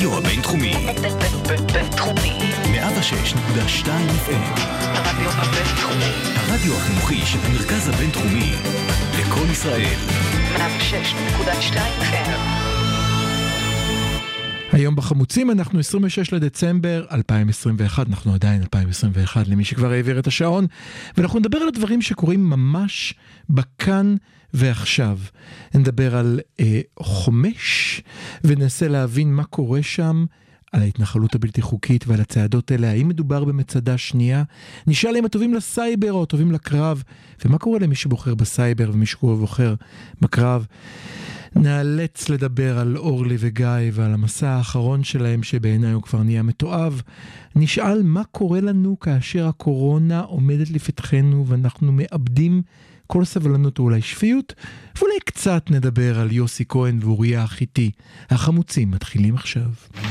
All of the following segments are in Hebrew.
הרדיו הבינתחומי. בינתחומי. 106.2 FM. הרדיו הבינתחומי. הרדיו החינוכי של המרכז הבינתחומי. לכל ישראל. 106.2 FM. היום בחמוצים אנחנו 26 לדצמבר 2021, אנחנו עדיין 2021 למי שכבר העביר את השעון, ואנחנו נדבר על הדברים שקורים ממש בכאן ועכשיו. נדבר על חומש, וננסה להבין מה קורה שם, על ההתנחלות הבלתי חוקית ועל הצעדות האלה, האם מדובר במצדה שנייה, נשאל אם הטובים לסייבר או הטובים לקרב, ומה קורה למי שבוחר בסייבר ומי שבוחר בקרב. נאלץ לדבר על אורלי וגיא ועל המסע האחרון שלהם שבעיניי הוא כבר נהיה מתועב. נשאל מה קורה לנו כאשר הקורונה עומדת לפתחנו ואנחנו מאבדים כל סבלנות או אולי שפיות, ואולי קצת נדבר על יוסי כהן ואוריה החיתי. החמוצים מתחילים עכשיו.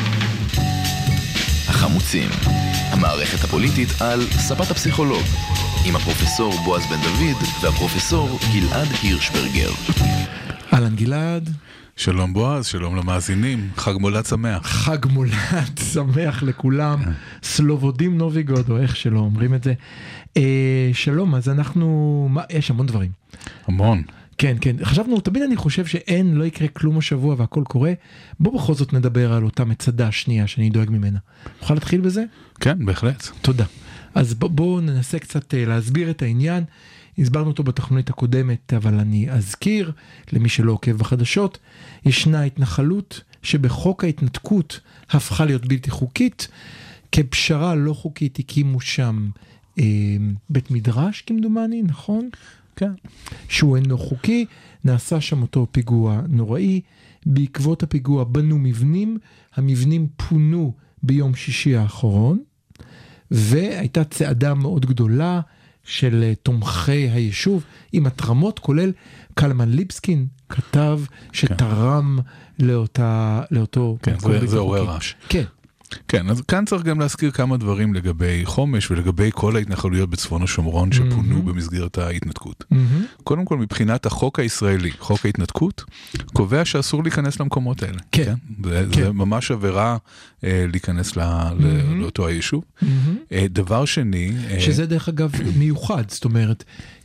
החמוצים, המערכת הפוליטית על ספת הפסיכולוג, עם הפרופסור בועז בן דוד והפרופסור גלעד הירשברגר. אהלן גלעד. שלום בועז, שלום למאזינים, חג מולד שמח. חג מולד שמח לכולם, סלובודים נוביגוד, או איך שלא אומרים את זה. שלום, אז אנחנו, יש המון דברים. המון. כן, כן, חשבנו, תמיד אני חושב שאין, לא יקרה כלום השבוע והכל קורה, בוא בכל זאת נדבר על אותה מצדה שנייה שאני דואג ממנה. נוכל להתחיל בזה? כן, בהחלט. תודה. אז בואו ננסה קצת להסביר את העניין. הסברנו אותו בתוכנית הקודמת, אבל אני אזכיר למי שלא עוקב בחדשות, ישנה התנחלות שבחוק ההתנתקות הפכה להיות בלתי חוקית, כפשרה לא חוקית הקימו שם בית מדרש כמדומני, נכון? כן. שהוא אינו חוקי, נעשה שם אותו פיגוע נוראי, בעקבות הפיגוע בנו מבנים, המבנים פונו ביום שישי האחרון, והייתה צעדה מאוד גדולה, של תומכי היישוב, עם התרמות, כולל קלמן ליבסקין, כתב שתרם לאותו... כן, זה עורר רעש. כן. כן, אז כאן צריך גם להזכיר כמה דברים לגבי חומש ולגבי כל ההתנחלויות בצפון השומרון שפונו במסגרת ההתנתקות. קודם כל, מבחינת החוק הישראלי, חוק ההתנתקות, קובע שאסור להיכנס למקומות האלה. כן. זה ממש עבירה להיכנס לאותו היישוב. דבר שני... שזה דרך אגב מיוחד, זאת אומרת,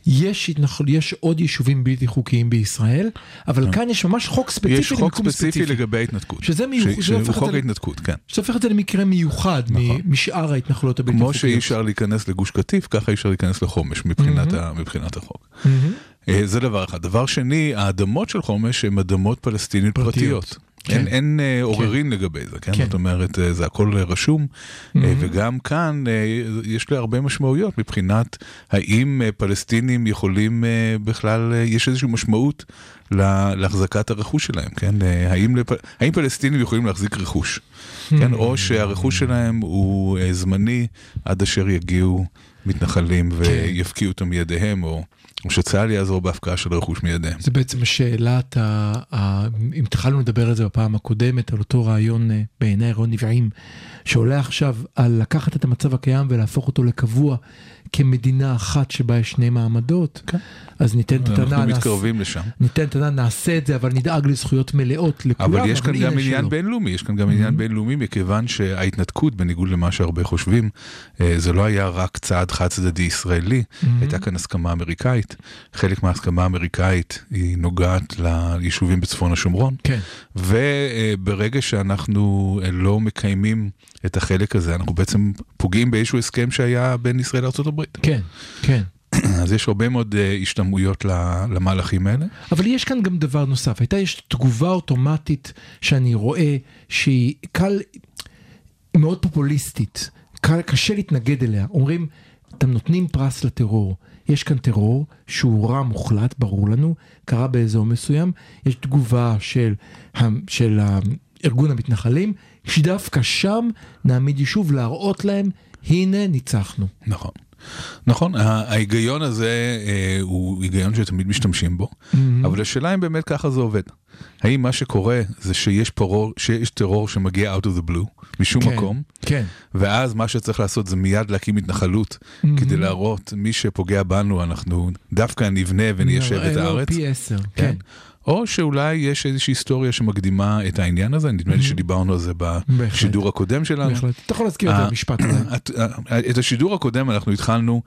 יש עוד יישובים בלתי חוקיים בישראל, אבל כאן יש ממש חוק ספציפי. יש חוק ספציפי לגבי ההתנתקות. שהוא חוק ההתנתקות, כן. שהופך את זה למקרה מיוחד משאר ההתנחלות הבלתי חוקיות. כמו שאי אפשר להיכנס לגוש קטיף, ככה אי אפשר להיכנס לחומש מבחינת החוק. זה דבר אחד. דבר שני, האדמות של חומש הן אדמות פלסטיניות פרטיות. אין עוררין לגבי זה, כן? זאת אומרת, זה הכל רשום, וגם כאן יש לה הרבה משמעויות מבחינת האם פלסטינים יכולים בכלל, יש איזושהי משמעות להחזקת הרכוש שלהם, כן? האם פלסטינים יכולים להחזיק רכוש, כן? או שהרכוש שלהם הוא זמני עד אשר יגיעו מתנחלים ויפקיעו אותם מידיהם, או שצה"ל יעזור בהפקעה של רכוש מידיהם. זה בעצם שאלת, אם התחלנו לדבר על זה בפעם הקודמת, על אותו רעיון בעיני רון נביעים, שעולה עכשיו על לקחת את המצב הקיים ולהפוך אותו לקבוע כמדינה אחת שבה יש שני מעמדות, כן. אז ניתן את הטענה, אנחנו מתקרבים לשם. ניתן את הטענה, נעשה את זה, אבל נדאג לזכויות מלאות לכולם. אבל יש כאן גם עניין בינלאומי, יש כאן גם עניין בינלאומי, מכיוון שההתנתקות, בניגוד למה שהרבה חושבים, זה לא היה רק צעד חד צדדי ישראלי, הייתה כאן הסכמה אמריקאית, חלק מההסכמה האמריקאית היא נוגעת ליישובים בצפון השומרון, כן. וברגע שאנחנו לא מקיימים את החלק הזה, אנחנו בעצם פוגעים באיזשהו הסכם שהיה בין ישראל לארצות הברית. כן, כן. אז יש הרבה מאוד השתמעויות למהלכים האלה. אבל יש כאן גם דבר נוסף. יש תגובה אוטומטית שאני רואה שהיא מאוד פופוליסטית. קשה להתנגד אליה. אומרים, אתם נותנים פרס לטרור. יש כאן טרור שהוא רע מוחלט, ברור לנו, קרה באזור מסוים. יש תגובה של ארגון המתנחלים, שדווקא שם נעמיד יישוב להראות להם, הנה ניצחנו. נכון. נכון, ההיגיון הזה הוא היגיון שתמיד משתמשים בו, אבל השאלה אם באמת ככה זה עובד. האם מה שקורה זה שיש טרור שמגיע out of the blue, משום מקום, ואז מה שצריך לעשות זה מיד להקים התנחלות, כדי להראות מי שפוגע בנו, אנחנו דווקא נבנה וניישב את הארץ. פי 10, כן. או שאולי יש איזושהי היסטוריה שמקדימה את העניין הזה, נדמה לי שדיברנו על זה בשידור הקודם שלנו. בהחלט. אתה יכול להזכיר את המשפט הזה. את השידור הקודם אנחנו התחלנו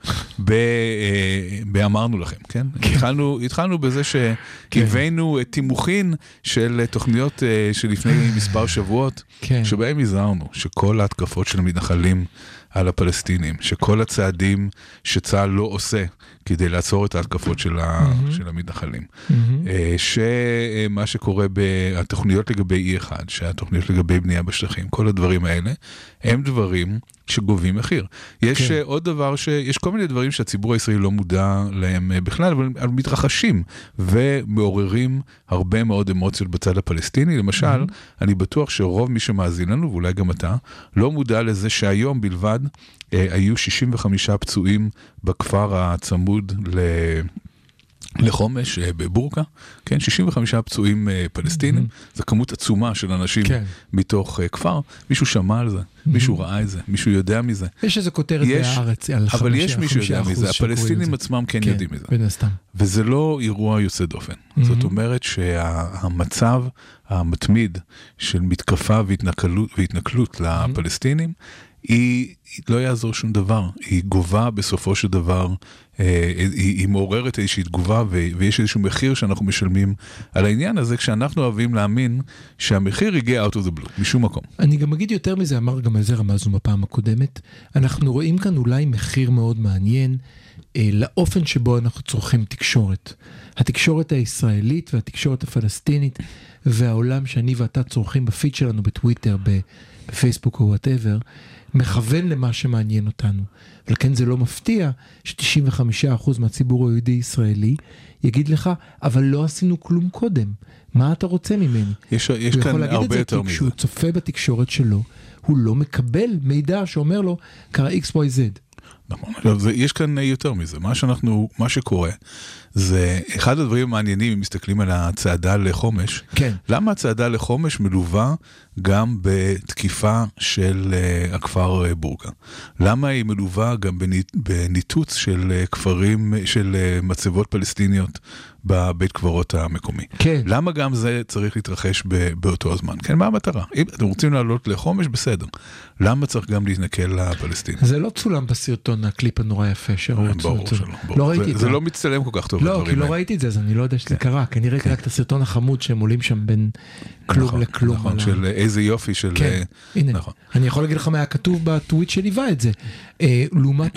באמרנו לכם, כן? התחלנו בזה שהבאנו תימוכין של תוכניות שלפני מספר שבועות, שבהם הזהרנו שכל ההתקפות של המתנחלים על הפלסטינים, שכל הצעדים שצה"ל לא עושה כדי לעצור את ההתקפות של המתנחלים, שמה שקורה בתוכניות לגבי E1, שהתוכניות לגבי בנייה בשטחים, כל הדברים האלה, הם דברים שגובים מחיר. יש עוד דבר, יש כל מיני דברים שהציבור הישראלי לא מודע להם בכלל, אבל מתרחשים ומעוררים הרבה מאוד אמוציות בצד הפלסטיני. למשל, אני בטוח שרוב מי שמאזין לנו, ואולי גם אתה, לא מודע לזה שהיום בלבד היו 65 פצועים בכפר הצמוד לחומש בבורקה, כן, 65 פצועים פלסטינים, זו כמות עצומה של אנשים מתוך כפר, מישהו שמע על זה, מישהו ראה את זה, מישהו יודע מזה. יש איזה כותרת בארץ על 5%. אבל יש מישהו יודע מזה, הפלסטינים עצמם כן יודעים מזה. וזה לא אירוע יוצא דופן. זאת אומרת שהמצב המתמיד של מתקפה והתנכלות לפלסטינים, היא לא יעזור שום דבר, היא גובה בסופו של דבר, היא מעוררת איזושהי תגובה, ויש איזשהו מחיר שאנחנו משלמים על העניין הזה, כשאנחנו אוהבים להאמין שהמחיר יגיע out of the blue, משום מקום. אני גם אגיד יותר מזה, אמר גם על זה רמזנו בפעם הקודמת, אנחנו רואים כאן אולי מחיר מאוד מעניין, לאופן שבו אנחנו צורכים תקשורת. התקשורת הישראלית והתקשורת הפלסטינית, והעולם שאני ואתה צורכים בפיד שלנו, בטוויטר, בפייסבוק או whatever, מכוון למה שמעניין אותנו. ולכן זה לא מפתיע ש95% מהציבור היהודי ישראלי יגיד לך, אבל לא עשינו כלום קודם. מה אתה רוצה ממני? יש כאן הרבה יותר מזה. כשהוא צופה בתקשורת שלו, הוא לא מקבל מידע שאומר לו, קרה XYZ. נכון, יש כאן יותר מזה. מה שקורה, זה אחד הדברים המעניינים, אם מסתכלים על הצעדה לחומש. כן. למה הצעדה לחומש מלווה גם בתקיפה של הכפר בורקה? למה היא מלווה גם בניתוץ של כפרים, של מצבות פלסטיניות בבית קברות המקומי? כן. למה גם זה צריך להתרחש באותו הזמן? כן, מה המטרה? אם אתם רוצים לעלות לחומש, בסדר. למה צריך גם להתנכל לפלסטינים? זה לא צולם בסרטון, הקליפ הנורא יפה שראו. ברור שלא. לא ראיתי את זה. זה לא מצטלם כל כך טוב. לא, כי לא ראיתי את זה, אז אני לא יודע שזה קרה, כי אני ראיתי רק את הסרטון החמוד שהם עולים שם בין כלום לכלום. נכון, של איזה יופי של... כן, הנה, אני יכול להגיד לך מה היה כתוב בטוויט שליווה את זה. לעומת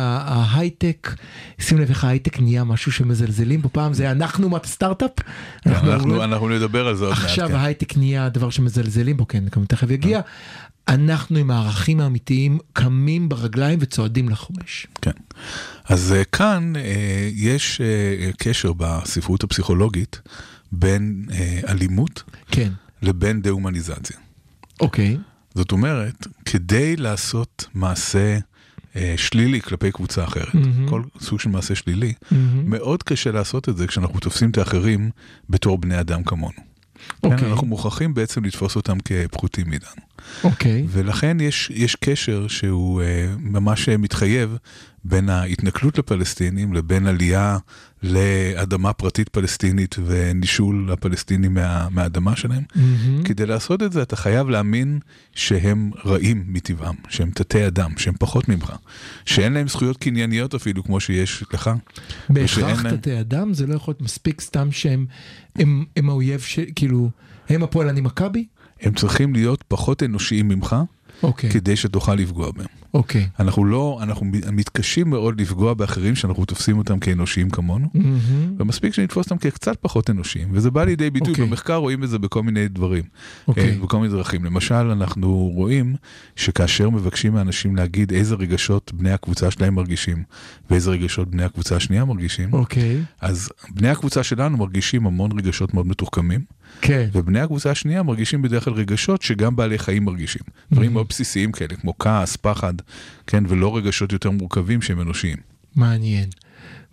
ההייטק, שים לב איך ההייטק נהיה משהו שמזלזלים, בפעם זה אנחנו מעט סטארט-אפ. אנחנו נדבר על זה עוד מעט. עכשיו ההייטק נהיה דבר שמזלזלים בו, כן, גם תכף יגיע. אנחנו עם הערכים האמיתיים קמים ברגליים וצועדים לחומש. כן. אז כאן יש קשר בספרות הפסיכולוגית בין אלימות לבין דה-הומניזציה. אוקיי. זאת אומרת, כדי לעשות מעשה שלילי כלפי קבוצה אחרת, כל סוג של מעשה שלילי, מאוד קשה לעשות את זה כשאנחנו תופסים את האחרים בתור בני אדם כמונו. אנחנו מוכרחים בעצם לתפוס אותם כפחותים מאיתנו. ולכן יש קשר שהוא ממש מתחייב בין ההתנכלות לפלסטינים לבין עלייה לאדמה פרטית פלסטינית ונישול הפלסטינים מהאדמה שלהם. כדי לעשות את זה אתה חייב להאמין שהם רעים מטבעם, שהם תתי אדם, שהם פחות ממך, שאין להם זכויות קנייניות אפילו כמו שיש לך. בהכרח תתי אדם זה לא יכול להיות מספיק סתם שהם האויב כאילו הם הפועל אני מכבי? הם צריכים להיות פחות אנושיים ממך, כדי שתוכל לפגוע בהם. אנחנו מתקשים מאוד לפגוע באחרים שאנחנו תופסים אותם כאנושיים כמונו, ומספיק שנתפוס אותם כקצת פחות אנושיים, וזה בא לידי ביטוי, במחקר רואים את זה בכל מיני דברים, בכל מיני דרכים. למשל, אנחנו רואים שכאשר מבקשים מאנשים להגיד איזה רגשות בני הקבוצה שלהם מרגישים, ואיזה רגשות בני הקבוצה השנייה מרגישים, אז בני הקבוצה שלנו מרגישים המון רגשות מאוד מתוחכמים, ובני הקבוצה השנייה מרגישים בדרך כלל רגשות שגם בעלי חיים מרגישים. דברים מאוד בסיסיים כאלה, כמו כעס, פחד, כן, ולא רגשות יותר מורכבים שהם אנושיים. מעניין.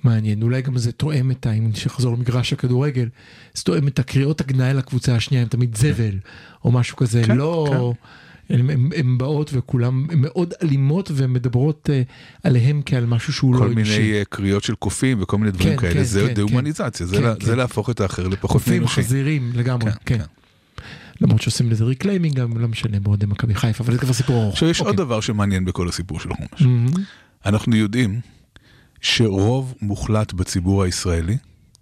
מעניין, אולי גם זה תואם את אם שחזור למגרש הכדורגל, זה תואם את הקריאות הגנאי לקבוצה השנייה, הם תמיד זבל, או משהו כזה, לא... הן באות וכולם מאוד אלימות ומדברות עליהם כעל משהו שהוא לא אנושי. כל מיני קריאות של קופים וכל מיני דברים כאלה, זה דה-הומניזציה, זה להפוך את האחר לפחות מאנושי. קופים, חזירים, לגמרי, כן. למרות שעושים לזה ריקליימינג, גם לא משנה מאוד מכבי חיפה, אבל זה כבר סיפור ארוך. עכשיו יש עוד דבר שמעניין בכל הסיפור של חומש. אנחנו יודעים שרוב מוחלט בציבור הישראלי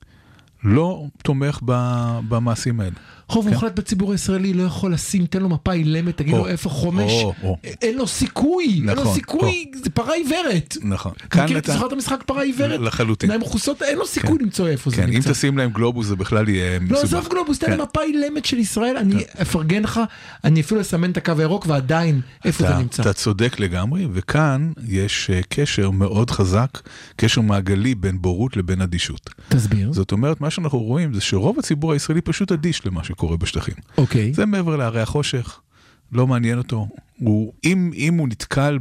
לא תומך במעשים האלה. רוב מוחלט בציבור הישראלי לא יכול לשים, תן לו מפה אילמת, תגיד לו איפה חומש, אין לו סיכוי, אין לו סיכוי, זה פרה עיוורת. נכון. מכיר את זכרת המשחק פרה עיוורת? לחלוטין. נעים חוסות, אין לו סיכוי למצוא איפה זה כן, נמצא. אם תשים להם גלובוס זה בכלל יהיה מסובך. לא, עזוב גלובוס, תן להם מפה אילמת של ישראל, אני אפרגן לך, אני אפילו אסמן את הקו הירוק ועדיין איפה זה נמצא. אתה צודק לגמרי, וכאן יש קשר מאוד חזק, קשר מעגלי בין בורות לבין אדישות. תסביר. זאת אומרת, מה שאנחנו רואים זה שרוב הציבור הישראלי פשוט אדיש למה שקורה בשטחים. אוקיי. זה מעבר להרי החושך, לא מעניין אותו. אם הוא נתקל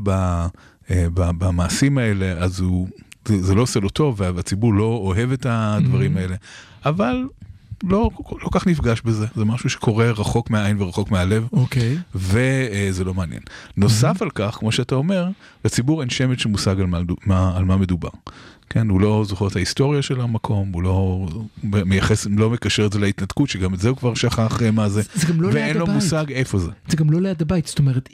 במעשים האלה, אז זה לא עושה לו טוב, והציבור לא אוהב את הדברים האלה. אבל לא כך נפגש בזה. זה משהו שקורה רחוק מהעין ורחוק מהלב. אוקיי. וזה לא מעניין. נוסף על כך, כמו שאתה אומר, לציבור אין שמץ שמושג על מה מדובר. כן, הוא לא זוכר את ההיסטוריה של המקום, הוא לא מייחס, לא מקשר את זה להתנתקות, שגם את זה הוא כבר שכח מה זה, ואין לו מושג איפה זה. זה גם לא ליד הבית, זאת אומרת,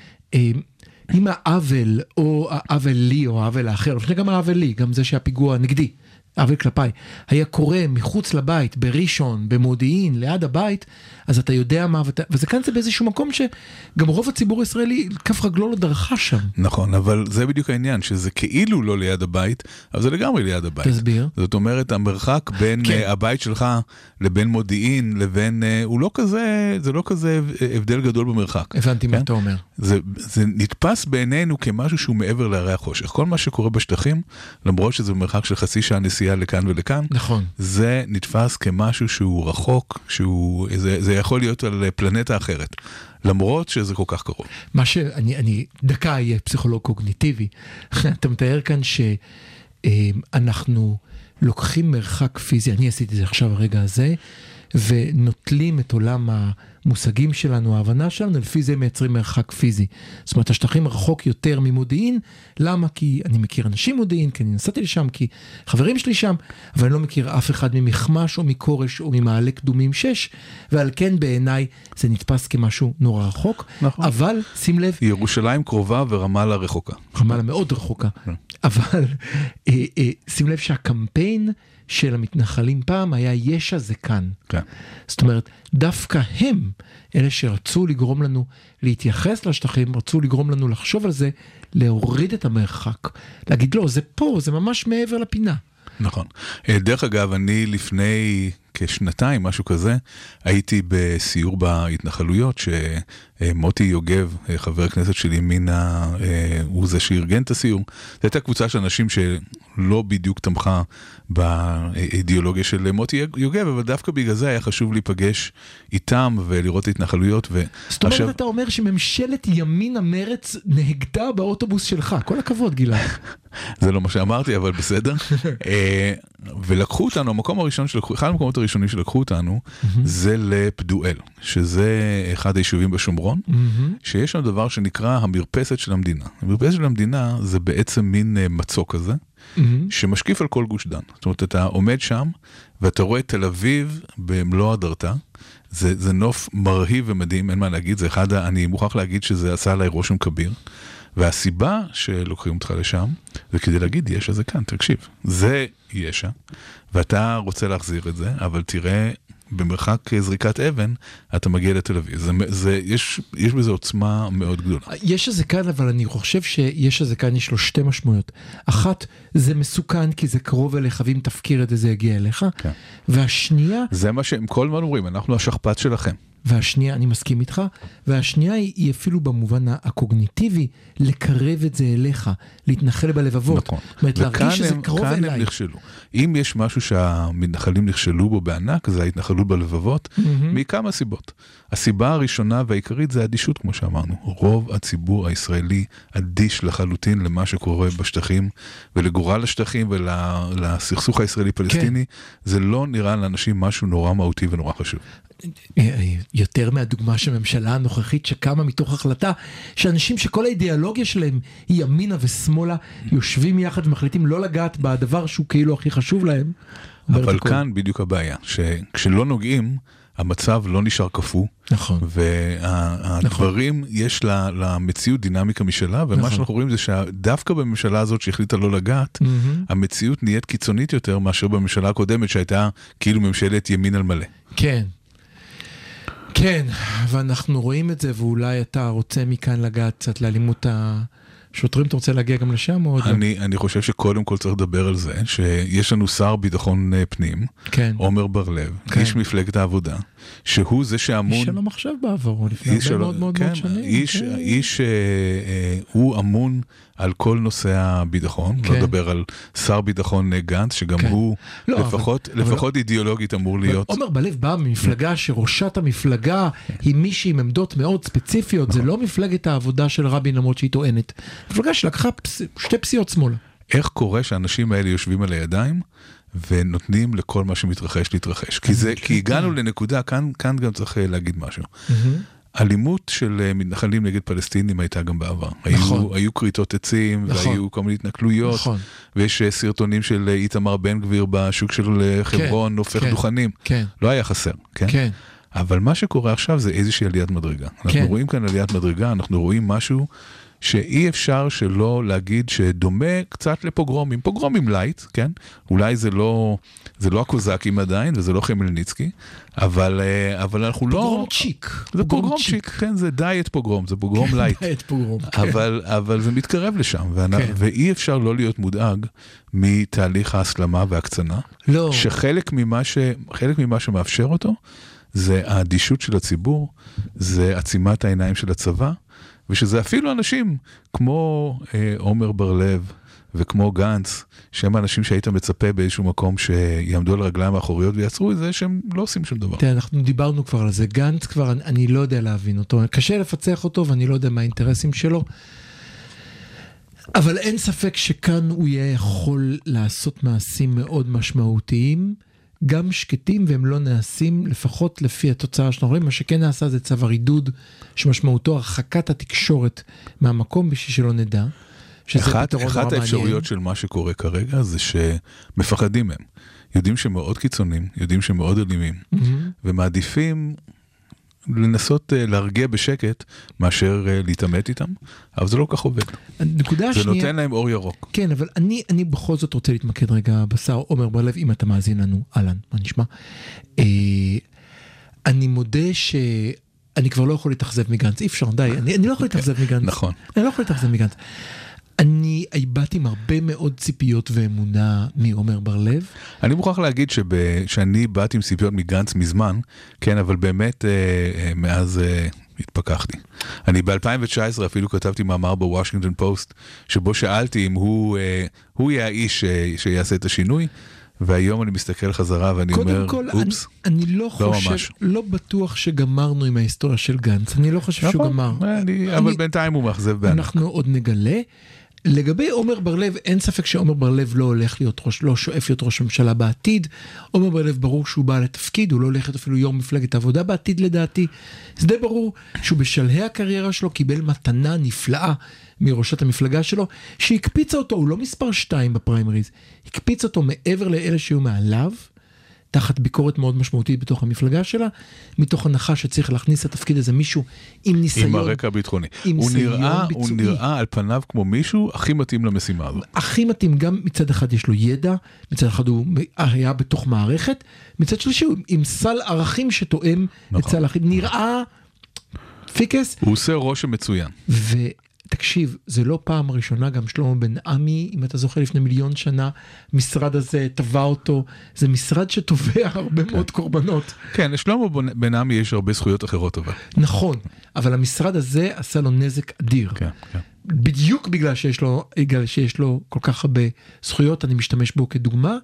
אם העוול, או העוול לי, או העוול האחר, לפני גם העוול לי, גם זה שהפיגוע נגדי, עוול כלפיי, היה קורה מחוץ לבית, בראשון, במודיעין, ליד הבית, אז אתה יודע מה, וזה כאן זה באיזשהו מקום שגם רוב הציבור הישראלי, כף רגלו לא דרכה שם. נכון, אבל זה בדיוק העניין, שזה כאילו לא ליד הבית, אבל זה לגמרי ליד הבית. תסביר. זאת אומרת, המרחק בין הבית שלך לבין מודיעין, לבין, הוא לא כזה, זה לא כזה הבדל גדול במרחק. הבנתי מה אתה אומר. זה נתפס בעינינו כמשהו שהוא מעבר להרי החושך. כל מה שקורה בשטחים, למרות שזה במרחק של חצי שעה נסיעה לכאן ולכאן, נכון. זה נתפס כמשהו שהוא רחוק, זה יכול להיות על פלנטה אחרת, למרות שזה כל כך קרוב. מה שאני דקה יהיה פסיכולוג קוגניטיבי, אתה מתאר כאן שאנחנו לוקחים מרחק פיזי, אני עשיתי את זה עכשיו הרגע הזה, ונוטלים את עולם המושגים שלנו, ההבנה שלנו, לפי זה מייצרים מרחק פיזי. זאת אומרת, השטחים רחוק יותר ממודיעין, למה? כי אני מכיר אנשים מודיעין, כי אני נסעתי לשם, כי חברים שלי שם, אבל אני לא מכיר אף אחד ממחמש או מקורש או ממעלה קדומים 6, ועל כן בעיניי זה נתפס כמשהו נורא רחוק, נכון. אבל שים לב... ירושלים קרובה ורמאללה רחוקה. רמאללה מאוד רחוקה, אבל שים לב שהקמפיין של המתנחלים פעם היה ישע זה כאן. כן. זאת אומרת, דווקא הם, אלה שרצו לגרום לנו להתייחס לשטחים, רצו לגרום לנו לחשוב על זה, להוריד את המרחק. להגיד לא, זה פה, זה ממש מעבר לפינה. נכון. דרך אגב, אני לפני כשנתיים, משהו כזה, הייתי בסיור בהתנחלויות, שמוטי יוגב, חבר הכנסת של ימינה, הוא זה שארגן את הסיור. זו הייתה קבוצה של אנשים שלא בדיוק תמכה באידיאולוגיה של מוטי יוגב, אבל דווקא בגלל זה היה חשוב להיפגש איתם ולראות התנחלויות. זאת אומרת, אתה אומר שממשלת ימין המרץ נהגתה באוטובוס שלך. כל הכבוד, גלעד. זה לא מה שאמרתי, אבל בסדר. ולקחו אותנו, המקום הראשון אחד המקומות הראשונים שלקחו אותנו, זה לפדואל, שזה אחד היישובים בשומרון, שיש שם דבר שנקרא המרפסת של המדינה. המרפסת של המדינה זה בעצם מין מצוק כזה, שמשקיף על כל גוש דן. זאת אומרת, אתה עומד שם, ואתה רואה את תל אביב במלוא הדרתה, זה נוף מרהיב ומדהים, אין מה להגיד, זה אחד, אני מוכרח להגיד שזה עשה עליי רושם כביר, והסיבה שלוקחים אותך לשם, זה כדי להגיד, ישע זה כאן, תקשיב, זה ישע, ואתה רוצה להחזיר את זה, אבל תראה, במרחק זריקת אבן, אתה מגיע לתל אביב. יש בזה עוצמה מאוד גדולה. יש הזה כאן, אבל אני חושב שיש הזה כאן, יש לו שתי משמעויות. אחת, זה מסוכן, כי זה קרוב אליך, ואם תפקיר את זה, זה יגיע אליך. כן. והשנייה... זה מה שהם כל הזמן אומרים, אנחנו השכפ"ץ שלכם. והשנייה, אני מסכים איתך, והשנייה היא אפילו במובן הקוגניטיבי, לקרב את זה אליך, להתנחל בלבבות. נכון. זאת אומרת, להרגיש שזה קרוב אליי. וכאן הם נכשלו. אם יש משהו שהמתנחלים נכשלו בו בענק, זה ההתנחלות בלבבות, מכמה סיבות. הסיבה הראשונה והעיקרית זה אדישות, כמו שאמרנו. רוב הציבור הישראלי אדיש לחלוטין למה שקורה בשטחים, ולגורל השטחים ולסכסוך הישראלי-פלסטיני. זה לא נראה לאנשים משהו נורא מהותי ונורא חשוב. יותר מהדוגמה של הממשלה הנוכחית שקמה מתוך החלטה שאנשים שכל האידיאולוגיה שלהם היא ימינה ושמאלה יושבים יחד ומחליטים לא לגעת בדבר שהוא כאילו הכי חשוב להם. אבל כאן בדיוק הבעיה, שכשלא נוגעים המצב לא נשאר קפוא, נכון. והדברים יש למציאות דינמיקה משלה, ומה שאנחנו רואים זה שדווקא בממשלה הזאת שהחליטה לא לגעת, המציאות נהיית קיצונית יותר מאשר בממשלה הקודמת שהייתה כאילו ממשלת ימין על מלא. כן. כן, ואנחנו רואים את זה, ואולי אתה רוצה מכאן לגעת קצת לאלימות השוטרים, אתה רוצה להגיע גם לשם? אני חושב שקודם כל צריך לדבר על זה, שיש לנו שר ביטחון פנים, עומר בר-לב, איש מפלגת העבודה, שהוא זה שאמון... איש שלום עכשיו בעברו, לפני הרבה מאוד מאוד שנים. איש, הוא אמון על כל נושא הביטחון, לא לדבר על שר ביטחון גנץ, שגם הוא לפחות אידיאולוגית אמור להיות. עומר בר-לב בא ממפלגה שראשת המפלגה היא מישהי עם עמדות מאוד ספציפיות, זה לא מפלגת העבודה של רבין למרות שהיא טוענת. מפלגה שלקחה שתי פסיעות שמאלה. איך קורה שהאנשים האלה יושבים על הידיים ונותנים לכל מה שמתרחש להתרחש? כי הגענו לנקודה, כאן גם צריך להגיד משהו. אלימות של מתנחלים נגד פלסטינים הייתה גם בעבר. היו כריתות עצים, והיו כל מיני התנכלויות, ויש סרטונים של איתמר בן גביר בשוק של חברון, הופך דוכנים. לא היה חסר, כן? אבל מה שקורה עכשיו זה איזושהי עליית מדרגה. אנחנו רואים כאן עליית מדרגה, אנחנו רואים משהו שאי אפשר שלא להגיד שדומה קצת לפוגרומים, פוגרומים לייט, כן? אולי זה לא הקוזקים עדיין, וזה לא חמלניצקי, אבל אנחנו לא... פוגרום צ'יק. זה פוגרום צ'יק, כן, זה דיאט פוגרום, זה פוגרום לייט. דיאט פוגרום, אבל זה מתקרב לשם, ואי אפשר לא להיות מודאג מתהליך ההסלמה והקצנה, שחלק ממה שמאפשר אותו, זה האדישות של הציבור, זה עצימת העיניים של הצבא, ושזה אפילו אנשים כמו עומר בר-לב וכמו גנץ, שהם האנשים שהיית מצפה באיזשהו מקום שיעמדו על הרגליים האחוריות ויצרו את זה שהם לא עושים שום דבר. תראה, אנחנו דיברנו כבר על זה, גנץ כבר, אני לא יודע להבין אותו, קשה לפצח אותו ואני לא יודע מה האינטרסים שלו, אבל אין ספק שכאן הוא יהיה יכול לעשות מעשים מאוד משמעותיים, גם שקטים והם לא נעשים, לפחות לפי התוצאה שאנחנו רואים, מה שכן נעשה זה צו הרידוד, שמשמעותו הרחקת התקשורת מהמקום בשביל שלא נדע, שזה פתרון נורא מעניין. אחת האפשרויות של מה שקורה כרגע זה שמפחדים מהם, יודעים שמאוד קיצוניים, יודעים שמאוד אלימים, ומעדיפים לנסות להרגיע בשקט מאשר להתעמת איתם, אבל זה לא כך עובד. זה נותן להם אור ירוק. כן, אבל אני בכל זאת רוצה להתמקד רגע בשר עומר בר-לב, אם אתה מאזין לנו, אהלן, מה נשמע? אני מודה שאני כבר לא יכול להתאכזב מגנץ, אי אפשר, די, אני לא יכול להתאכזב מגנץ. נכון. אני לא יכול להתאכזב מגנץ. אני באתי עם הרבה מאוד ציפיות ואמונה מעומר בר-לב. אני מוכרח להגיד שאני באתי עם ציפיות מגנץ מזמן, כן, אבל באמת מאז התפכחתי. אני ב-2019 אפילו כתבתי מאמר בוושינגטון פוסט, שבו שאלתי אם הוא יהיה האיש שיעשה את השינוי, והיום אני מסתכל חזרה ואני אומר, אופס, אני לא חושב, לא בטוח שגמרנו עם ההיסטוריה של גנץ, אני לא חושב שהוא גמר. אבל בינתיים הוא מאכזב בענק. אנחנו עוד נגלה. לגבי עומר בר-לב, אין ספק שעומר בר-לב לא הולך להיות לא שואף להיות ראש ממשלה בעתיד. עומר בר-לב ברור שהוא בא לתפקיד, הוא לא הולך להיות אפילו יום מפלגת העבודה בעתיד לדעתי. זה די ברור שהוא בשלהי הקריירה שלו קיבל מתנה נפלאה מראשת המפלגה שלו, שהקפיצה אותו, הוא לא מספר 2 בפריימריז, הקפיצה אותו מעבר לאלה שהיו מעליו, תחת ביקורת מאוד משמעותית בתוך המפלגה שלה, מתוך הנחה שצריך להכניס לתפקיד הזה מישהו עם ניסיון. עם הרקע הביטחוני. הוא נראה על פניו כמו מישהו הכי מתאים למשימה הזאת. הכי מתאים, גם מצד אחד יש לו ידע, מצד אחד הוא היה בתוך מערכת, מצד שלישי הוא עם סל ערכים שתואם את סל ערכים. נראה פיקס. הוא עושה רושם מצוין. תקשיב, זה לא פעם ראשונה, גם שלמה בן עמי, אם אתה זוכר לפני 1,000,000 שנה, משרד הזה טבע אותו, זה משרד שטובע הרבה מאוד קורבנות. כן, לשלמה בן עמי יש הרבה זכויות אחרות אבל. נכון, אבל המשרד הזה עשה לו נזק אדיר. כן, כן. בדיוק בגלל שיש לו כל כך הרבה זכויות, אני משתמש בו כדוגמה,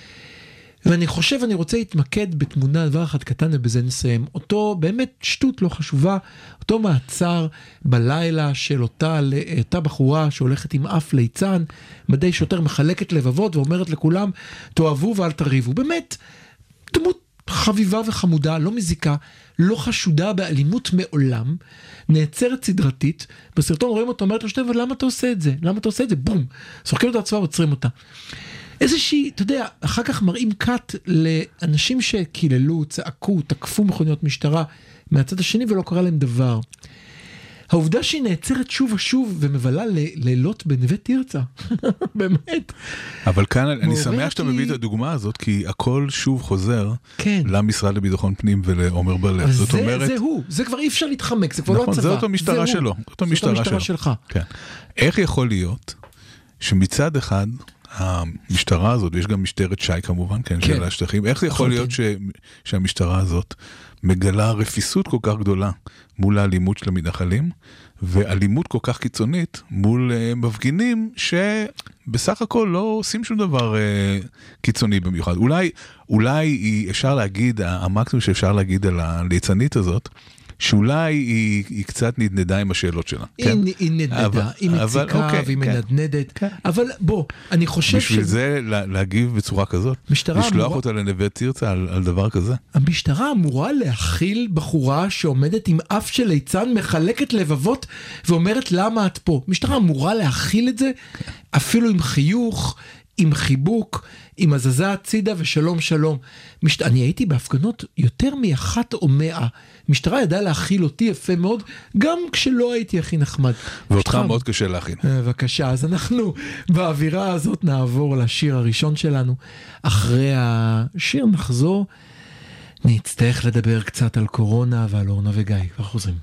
ואני חושב, אני רוצה להתמקד בתמונה, דבר אחד קטן ובזה נסיים. אותו באמת שטות לא חשובה, אותו מעצר בלילה של אותה בחורה שהולכת עם אף ליצן, מדי שוטר מחלקת לבבות ואומרת לכולם, תאהבו ואל תריבו. באמת, דמות חביבה וחמודה, לא מזיקה, לא חשודה באלימות מעולם, נעצרת סדרתית, בסרטון רואים אותה, אומרת לו שטב, אבל למה אתה עושה את זה? למה אתה עושה את זה? בום, שוחקים אותה עצמה ועוצרים אותה. איזושהי, אתה יודע, אחר כך מראים קאט לאנשים שקיללו, צעקו, תקפו מכוניות משטרה מהצד השני ולא קרה להם דבר. העובדה שהיא נעצרת שוב ושוב ומבלה לילות בנווה תרצה, באמת. אבל כאן אני שמח שאתה מביא את הדוגמה הזאת, כי הכל שוב חוזר למשרד לביטחון פנים ולעומר בר-לב. זאת אומרת... זה כבר אי אפשר להתחמק, זה כבר לא הצבא. זאת המשטרה שלו. זאת המשטרה שלך. איך יכול להיות שמצד אחד... המשטרה הזאת, ויש גם משטרת שי כמובן, כן, של השטחים, איך זה יכול להיות שהמשטרה הזאת מגלה רפיסות כל כך גדולה מול האלימות של המתנחלים, ואלימות כל כך קיצונית מול מפגינים שבסך הכל לא עושים שום דבר קיצוני במיוחד. אולי אפשר להגיד, המקסימום שאפשר להגיד על הליצנית הזאת, שאולי היא קצת נדנדה עם השאלות שלה. היא נדנדה, היא מציקה והיא מנדנדת, אבל בוא, אני חושב בשביל זה להגיב בצורה כזאת, לשלוח אותה לנווה תרצה על דבר כזה. המשטרה אמורה להכיל בחורה שעומדת עם אף של ליצן, מחלקת לבבות ואומרת למה את פה. המשטרה אמורה להכיל את זה, אפילו עם חיוך, עם חיבוק, עם הזזה הצידה ושלום שלום. אני הייתי בהפגנות יותר מ1 או 100. משטרה ידעה להכיל אותי יפה מאוד, גם כשלא הייתי הכי נחמד. ואותך מאוד קשה להכין. בבקשה, אז אנחנו באווירה הזאת נעבור לשיר הראשון שלנו. אחרי השיר נחזור, נצטרך לדבר קצת על קורונה ועל אורנה וגיא. כבר חוזרים.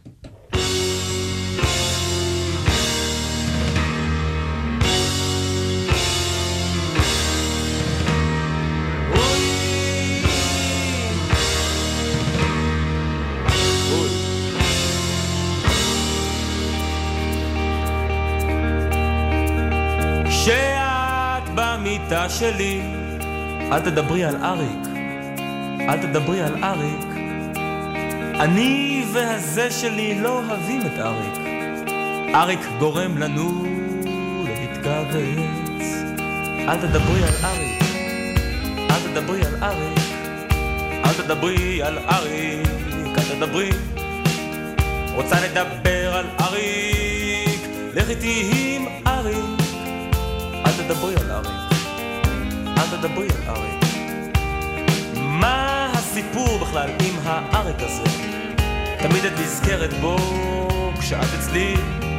במיטה שלי, אל תדברי על אריק, אל תדברי על אריק. אני והזה שלי לא אוהבים את אריק. אריק גורם לנו להתכווץ. אל תדברי על אריק, אל תדברי על אריק, אל תדברי על אריק, אל תדברי. רוצה לדבר על אריק, לך איתי עם אריק. אל תדברי על אריק, אל תדברי על אריק. מה הסיפור בכלל עם האריק הזה? תמיד את נזכרת בו כשאת אצלי.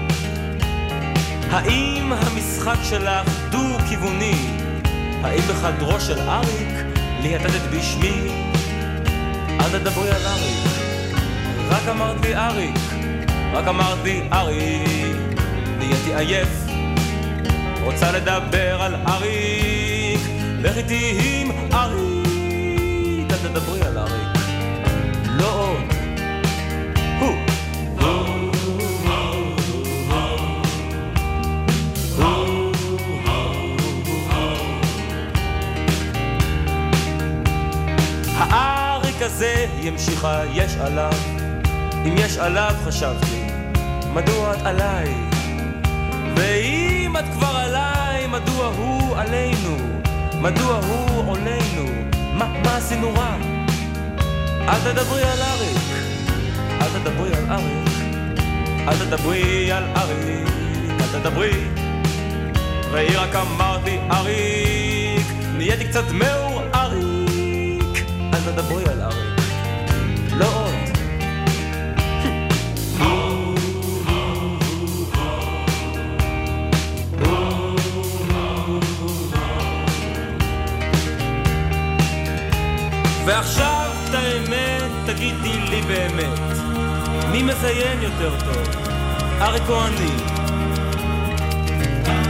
האם המשחק שלך דו-כיווני? האם בחדרו של אריק ליהטטת בשמי? אל תדברי על אריק, רק אמרת לי אריק, רק אמרת לי אריק. נהייתי עייף, רוצה לדבר על אריק, לך איתי עם אריק. אל תדברי על אריק, לא עוד. האריק הזה ימשיכה, יש עליו. אם יש עליו חשבתי, מדוע את עליי? ואם את כבר עליי, מדוע הוא עלינו? מדוע הוא עולנו? מה עשינו רע? אל תדברי על אריק, אל תדברי על אריק, אל תדברי על אריק, אל תדברי. ראי רק אמרתי אריק, נהייתי קצת מאור אריק. אל תדברי על אריק, לא עוד. ועכשיו את האמת תגידי לי באמת, מי מזיין יותר טוב, אריק או אני?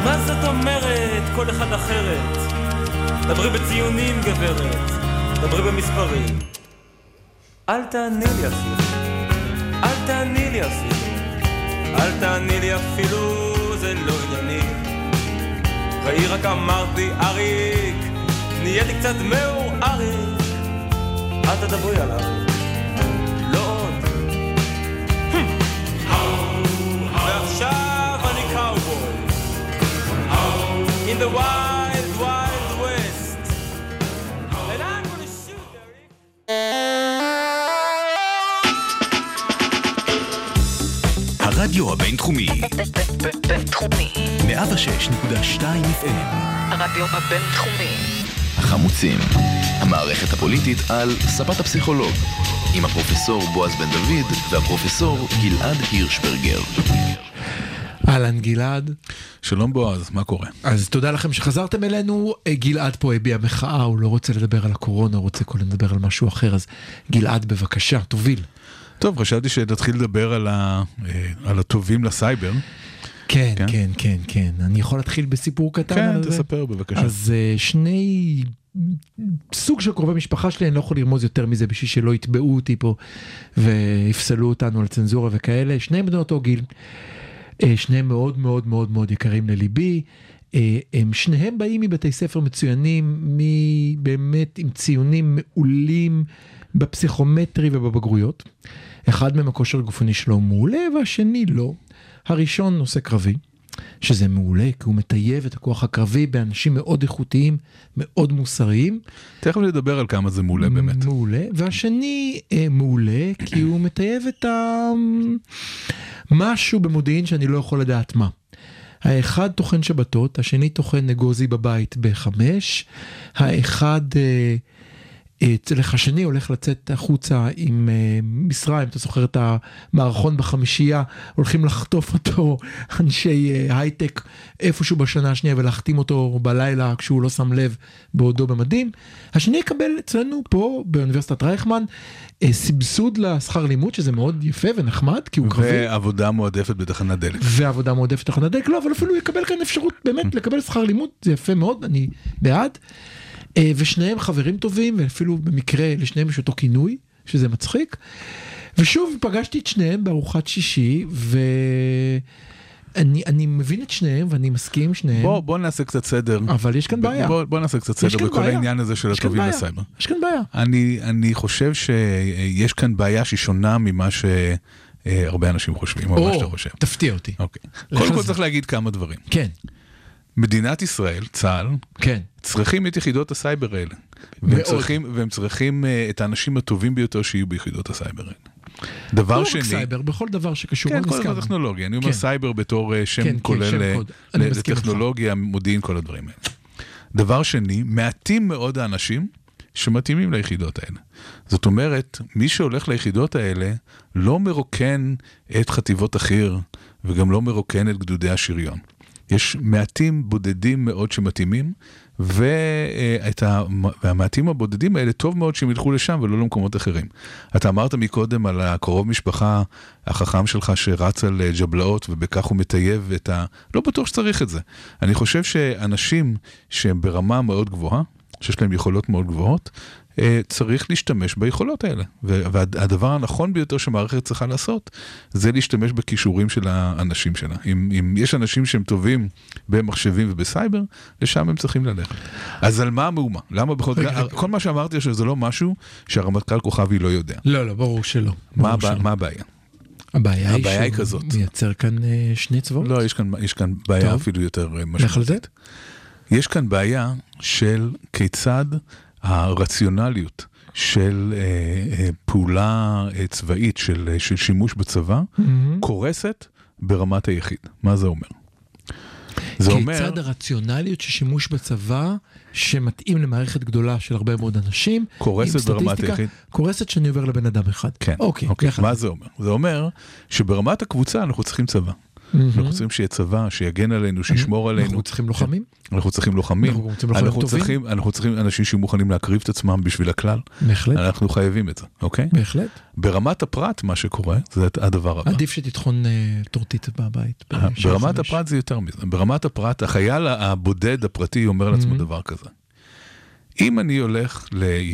מה זאת אומרת? כל אחד אחרת. דברי בציונים גברת, דברי במספרים. אל תעני לי אפילו, אל תעני לי אפילו, אל תעני לי אפילו, זה לא ענייני. ראי רק אמרתי אריק, נהייתי קצת מאור אריק. אל תדברי על אריק, לא עוד. ועכשיו אני קאובוי in the wild wild west and I'm gonna shoot הרדיו הבינתחומי בינתחומי 106.2 FM הרדיו הבינתחומי החמוצים, המערכת הפוליטית על ספת הפסיכולוג עם הפרופסור בועז בן דוד והפרופסור גלעד הירשברגר. אהלן גלעד. שלום בועז, מה קורה? אז תודה לכם שחזרתם אלינו. גלעד פה הביע מחאה, הוא לא רוצה לדבר על הקורונה, הוא רוצה קודם לדבר על משהו אחר, אז גלעד בבקשה, תוביל. טוב, חשבתי שנתחיל לדבר על הטובים לסייבר. כן, כן, כן, כן. אני יכול להתחיל בסיפור קטן על זה? כן, תספר בבקשה. אז שני סוג של קרובי משפחה שלי, אני לא יכול לרמוז יותר מזה בשביל שלא יתבעו אותי פה ויפסלו אותנו על צנזורה וכאלה. שניהם בני אותו גיל. שניהם מאוד מאוד מאוד מאוד יקרים לליבי, הם שניהם באים מבתי ספר מצוינים, באמת עם ציונים מעולים בפסיכומטרי ובבגרויות. אחד מהם הכושר גופני שלו מעולה והשני לא. הראשון נושא קרבי, שזה מעולה כי הוא מטייב את הכוח הקרבי באנשים מאוד איכותיים, מאוד מוסריים. תכף לדבר על כמה זה מעולה באמת. מעולה, והשני מעולה כי הוא מטייב את משהו במודיעין שאני לא יכול לדעת מה. האחד תוכן שבתות, השני תוכן נגוזי בבית ב5, האחד השני הולך לצאת החוצה עם משרה, אם אתה זוכר את המערכון בחמישייה, הולכים לחטוף אותו אנשי הייטק איפשהו בשנה השנייה ולהחתים אותו בלילה כשהוא לא שם לב בעודו במדים. השני יקבל אצלנו פה באוניברסיטת רייכמן סבסוד לשכר לימוד, שזה מאוד יפה ונחמד, כי הוא קרבי. ועבודה מועדפת בתחנת דלק. ועבודה מועדפת בתחנת דלק, לא, אבל אפילו הוא יקבל כאן אפשרות באמת לקבל שכר לימוד, זה יפה מאוד, אני בעד. ושניהם חברים טובים, ואפילו במקרה לשניהם יש אותו כינוי, שזה מצחיק. ושוב פגשתי את שניהם בארוחת שישי, ואני מבין את שניהם, ואני מסכים עם שניהם. בוא נעשה קצת סדר. אבל יש כאן בעיה. בוא נעשה קצת סדר בכל העניין הזה של הטובים לסייבר. יש כאן בעיה. אני חושב שיש כאן בעיה שהיא שונה ממה שהרבה אנשים חושבים, או מה שאתה חושב. תפתיע אותי. קודם כל צריך להגיד כמה דברים. כן. מדינת ישראל, צה"ל, כן. צריכים את יחידות הסייבר האלה. והם צריכים את האנשים הטובים ביותר שיהיו ביחידות הסייבר האלה. דבר שני... לא רק סייבר, בכל דבר שקשור. כן, כל הטכנולוגיה. אני אומר סייבר בתור שם כולל לטכנולוגיה, מודיעין, כל הדברים האלה. דבר שני, מעטים מאוד האנשים שמתאימים ליחידות האלה. זאת אומרת, מי שהולך ליחידות האלה לא מרוקן את חטיבות החי"ר, וגם לא מרוקן את גדודי השריון. יש מעטים בודדים מאוד שמתאימים, והמעטים הבודדים האלה טוב מאוד שהם ילכו לשם ולא למקומות אחרים. אתה אמרת מקודם על הקרוב משפחה החכם שלך שרץ על ג'בלאות ובכך הוא מטייב את לא בטוח שצריך את זה. אני חושב שאנשים שהם ברמה מאוד גבוהה, שיש להם יכולות מאוד גבוהות, צריך להשתמש ביכולות האלה. והדבר הנכון ביותר שמערכת צריכה לעשות, זה להשתמש בכישורים של האנשים שלה. אם יש אנשים שהם טובים במחשבים ובסייבר, לשם הם צריכים ללכת. אז על מה המהומה? למה בכל... כל מה שאמרתי שזה לא משהו שהרמטכ"ל כוכבי לא יודע. לא, ברור שלא. מה הבעיה? הבעיה היא כזאת. מייצר כאן שני צבאות? לא, יש כאן בעיה אפילו יותר משמעותית. יש כאן בעיה של כיצד הרציונליות של פעולה צבאית, של שימוש בצבא, קורסת ברמת היחיד. מה זה אומר? כיצד הרציונליות של שימוש בצבא, שמתאים למערכת גדולה של הרבה מאוד אנשים, קורסת ברמת היחיד? קורסת שאני עובר לבן אדם אחד. כן. אוקיי. מה זה אומר? זה אומר שברמת הקבוצה אנחנו צריכים צבא. אנחנו רוצים שיהיה צבא, שיגן עלינו, שישמור עלינו. אנחנו צריכים לוחמים. אנחנו צריכים לוחמים. אנחנו צריכים אנשים שמוכנים להקריב את עצמם בשביל הכלל. בהחלט. אנחנו חייבים את זה, אוקיי? בהחלט. ברמת הפרט, מה שקורה, זה הדבר הבא. עדיף שתתחון טורטית בבית. ברמת הפרט זה יותר מזה. ברמת הפרט, החייל הבודד הפרטי אומר לעצמו דבר כזה. אם אני הולך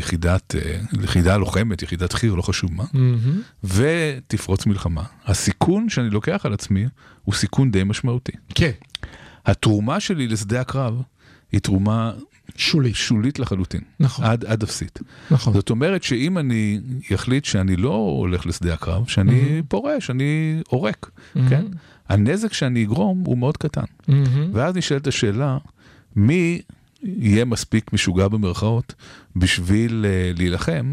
ליחידה לוחמת, יחידת חיר, לא חשוב מה, ותפרוץ מלחמה, הסיכון שאני לוקח על עצמי הוא סיכון די משמעותי. כן. התרומה שלי לשדה הקרב היא תרומה שולית לחלוטין. נכון. עד אפסית. נכון. זאת אומרת שאם אני יחליט שאני לא הולך לשדה הקרב, שאני פורש, אני עורק, כן? הנזק שאני אגרום הוא מאוד קטן. ואז נשאלת השאלה, מי יהיה מספיק משוגע במרכאות בשביל להילחם,